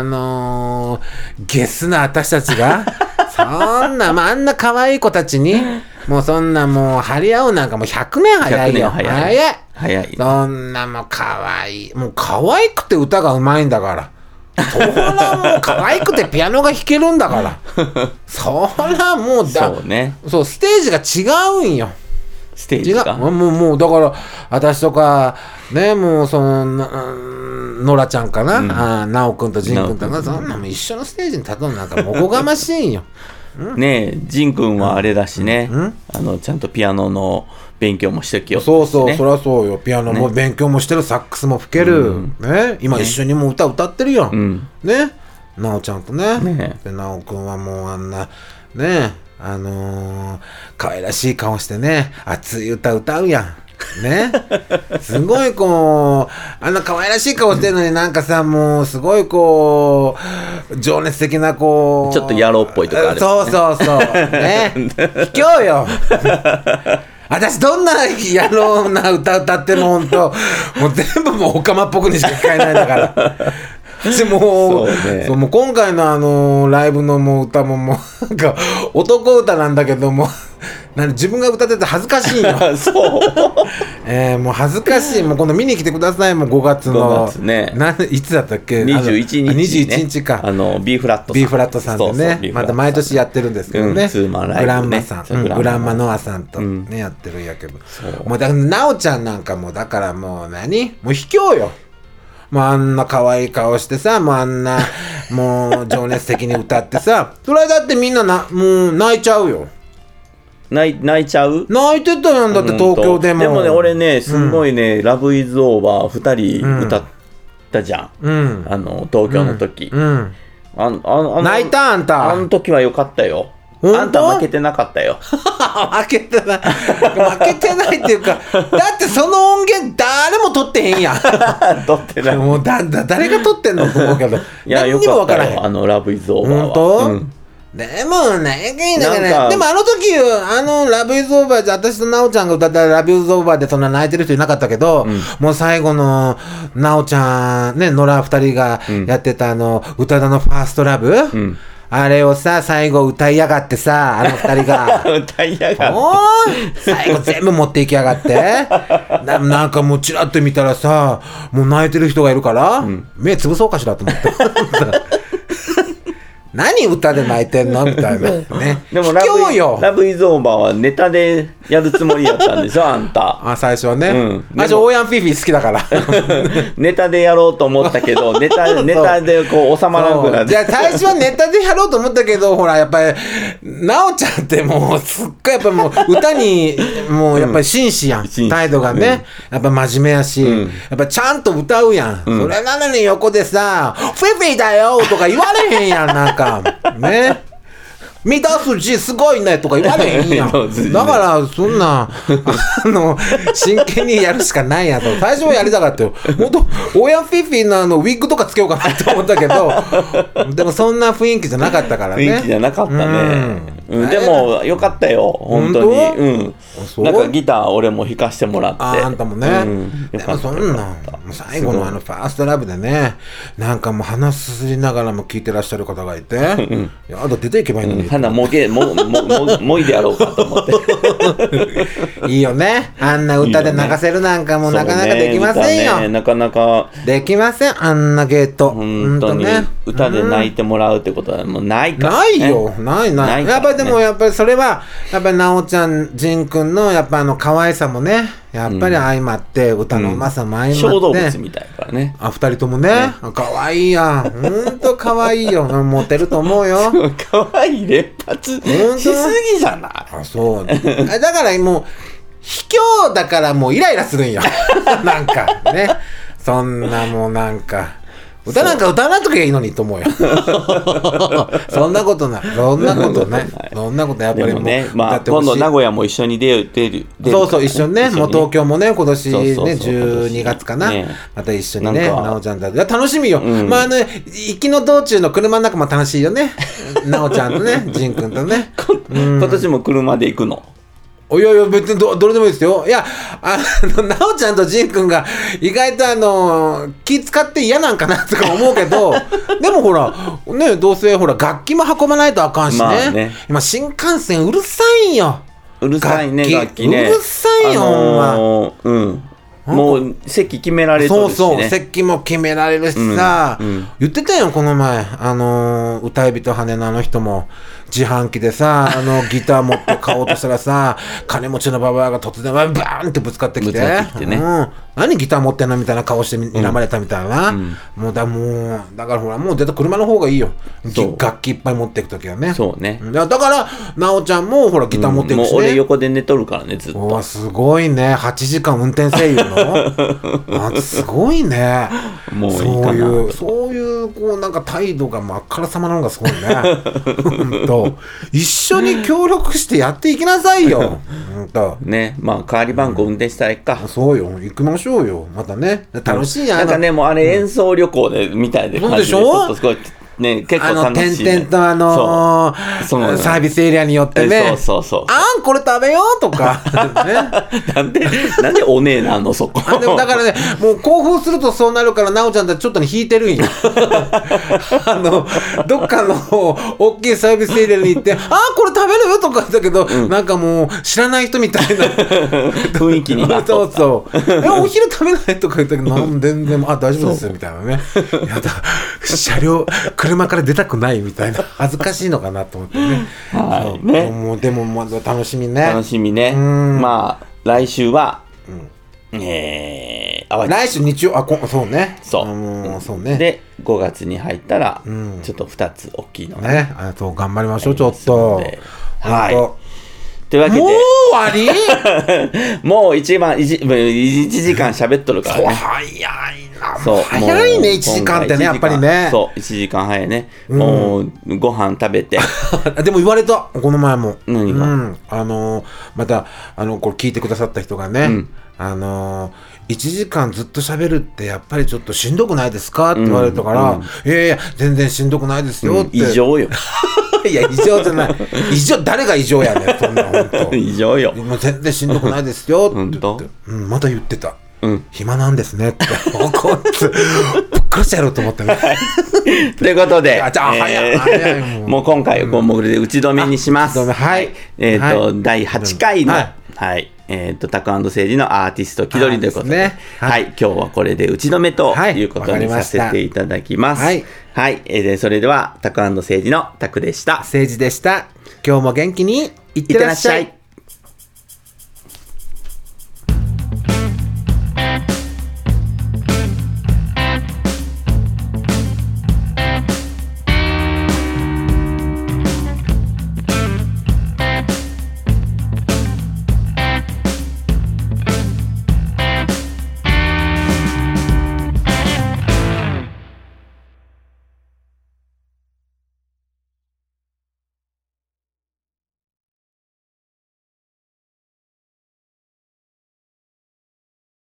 S2: ゲスな私たちがそんな、あんな可愛い子たちにもうそんなもう張り合うなんかもう100年早いよ。早い。そんなもう可愛い、もう可愛くて歌がうまいんだから。そらもう可愛くてピアノが弾けるんだからそらもう
S1: そうね、
S2: そうステージが違うんよ、
S1: ステージが
S2: もうだから私とかね、もうそのノラちゃんかな、なおくんとじんくんとかそんなも一緒のステージに立つのなんかもおこがましいんよ
S1: ねえ、じんくんはあれだしね、ちゃんとピアノの勉強もしてきよって、
S2: そうそりゃそうよ、ピアノも勉強もしてる、サックスも吹ける、ね、今一緒にも歌ってるよ、ね、なおちゃんとね、でなおくんはもうあんなね可愛らしい顔してね熱い歌うやんね、すごいこうあんな可愛らしい顔してるのになんかさ、もうすごいこう情熱的なこう
S1: ちょっと野郎っぽいとかある、
S2: そうね卑怯よ私どんな野郎な歌っても本当もう全部もうオカマっぽくにしか聞こえないんだからでもそうもう今回のライブのもう歌ももうなんか男歌なんだけども自分が歌ってて恥ずかしいよそうもう恥ずかしい、もう今度見に来てください、もう5月の
S1: 5月ね、
S2: いつだったっけ、
S1: 21
S2: 日か、
S1: B フラット
S2: さんでね、また毎年やってるんですけどね、
S1: ツーマンライブ、
S2: グランマさん、グランマノアさんとね、やってるんやけど、もうだからなおちゃんなんかもだからもうもう卑怯よ、 もうあんな可愛い顔してさ、もうあんなもう情熱的に歌ってさ、それだってみんなもう泣いちゃうよ。
S1: 泣いちゃう？
S2: 泣いてたよんだって東京でも。
S1: でもね俺ねすごいね、ラブイズオーバー2人歌ったじゃん、東京の時、
S2: 泣いたあんた。
S1: あの時は良かったよ。あんた負けてなかったよ。
S2: 負けてないっていうか、だってその音源誰も撮ってへんやん。
S1: 撮ってない。
S2: もう誰が撮ってんのと思うけど。
S1: いやよかったよラブイズオーバーは。
S2: 本当？でもね、でもあの時ラブイズオーバーで私となおちゃんが歌ったラブイズオーバーでそんな泣いてる人いなかったけど、もう最後のなおちゃんね、野良2人がやってた宇多田のファーストラブ、あれをさ最後歌いやがってさ、2人が
S1: 歌いやが
S2: って最後全部持っていきやがってなんかもうチラッと見たらさ、もう泣いてる人がいるから、目つぶそうかしらと思って何歌で泣いてんのみたいなね。
S1: でもラブイズオーバーはネタでやるつもりやったんでしょあんた。
S2: 最初はね、最初オーヤンフィフィ好きだから
S1: ネタでやろうと思ったけどネタでこう収まらなくなって、
S2: じゃあ最初はネタでやろうと思ったけど、ほらやっぱりなおちゃんってもうすっごいやっぱもう歌にもうやっぱり紳士やん、態度がね、やっぱ真面目やし、やっぱちゃんと歌うやん、それなのに横でさフィフィだよとか言われへんやん、なんかね、見出す字すごいねとか言われへんやんだからそんな真剣にやるしかないやと最初はやりたかったよ。もっと親フィフィのウィッグとかつけようかなと思ったけどでもそんな雰囲気じゃなかったからね。
S1: 雰囲気じゃなかったね、でもよかったよ本当に。なんかギター俺も弾かしてもらって、
S2: あんたもね、でもそんな最後のファーストラブでね、なんかもう鼻すすりながらも聴いてらっしゃる方がいて、いや、あと出ていけばいいのに、
S1: 鼻もいでやろうかと思って
S2: いいよね、あんな歌で泣かせるなんかもなかなかできませんよ、
S1: なかなか
S2: できません、あんなゲート。
S1: 本当に歌で泣いてもらうってことはもうないから、
S2: ないよ、ないやっぱりでもやっぱりそれはやっぱりなおちゃんじんくんのやっぱ可愛さもねやっぱり相まって、歌のうまさも相まって、
S1: 小動物みたいからね、
S2: 2人ともね可愛いやん、ほんと可愛いよモテると思うよ
S1: 可愛い連発しすぎじゃない？
S2: あ、そうだからもう卑怯だからもうイライラするんよなんかね、そんなもうなんか歌なんか歌わなときゃいいのにと思うよそんなことないそんなことやっぱりもう
S1: ね、今度名古屋も一緒に出る
S2: そう一緒にね、もう東京もね今年ね12月かな、また一緒にねなおちゃんだ楽しみよ、行きの道中の車の中も楽しいよねなおちゃんとねじんくんとね
S1: 今年も車で行くの？
S2: いや別にどれでもいいですよ。いやなおちゃんとじんくんが意外と気使って嫌なんかなとか思うけどでもほらね、どうせほら楽器も運ばないとあかんしね、今新幹線うるさいんよ。
S1: うるさいね、楽器ね、
S2: うるさいよ、ほんま。
S1: もう席決められてるしね。
S2: そう席も決められるしさ、言ってたよこの前歌い人羽の人も自販機でさギター持って買おうとしたらさ金持ちのババアが突然バーンってぶつかってきてね、何ギター持ってんのみたいな顔して睨まれたみたいな、もうだからほらもう絶対車の方がいいよ、楽器いっぱい持っていくときはね。そうね、だからなおちゃんもほらギター持っていくしね、
S1: もう俺横で寝とるからねずっと。
S2: すごいね、8時間運転声優のすごいね。もういいかな、そういうこうなんか態度があからさまなのがすごいね一緒に協力してやっていきなさいよ
S1: ね、代わり番号運転したらいいか、
S2: そうよ、行きましょうよ、またね、楽しいやん。
S1: なんかね、もうあれ演奏旅行でみたいで感じで、ちょっとすごいね、結構楽しい、ね、
S2: 点々とサービスエリアによってね、これ食べようとか、
S1: なんでおねえなのそこ
S2: でもだからね、もう興奮するとそうなるから、なおちゃんってちょっと引いてるんよどっかの大きいサービスエリアに行ってこれ食べるとか言ったけど、なんかもう知らない人みたいな
S1: 雰囲気になっとった
S2: お昼食べないとか言ったけど全然大丈夫ですみたいなねやだ車両車から出たくないみたいな、恥ずかしいのかなと思ってね。もうでもまず楽しみね。
S1: 楽しみね。来週は、
S2: 来週日曜、そうね。
S1: そうね。で5月に入ったら、ちょっと2つ大きいの
S2: ね。頑張りましょう、ちょっと。
S1: はい。というわけで
S2: もう終わり
S1: もう1時間喋っとるからね。
S2: 早いな。そう早いね、1時間ってね、やっぱりね。
S1: そう、1時間早いね。もうご飯食べて。
S2: でも言われた、この前も。
S1: 何が？
S2: またこれ聞いてくださった人がね、1時間ずっと喋るってやっぱりちょっとしんどくないですかって言われたから、いやいや全然しんどくないですよって。
S1: 異常よ。
S2: いや異常じゃない。誰が異常やねん、そんな本当。
S1: 異常よ。
S2: もう全然しんどくないですよって言って、また言ってた。暇なんですねって。こいつぶっ殺してやろうと思ってね。
S1: ということで、もう今回これで打ち止めにします。
S2: はい。
S1: 第8回のタク&セイジのアーティスト気取りということで、はい、今日はこれで打ち止めということにさせていただきます。はい、それではタク&セイジのタクでした。
S2: セイジでした。今日も元気にいってらっしゃい。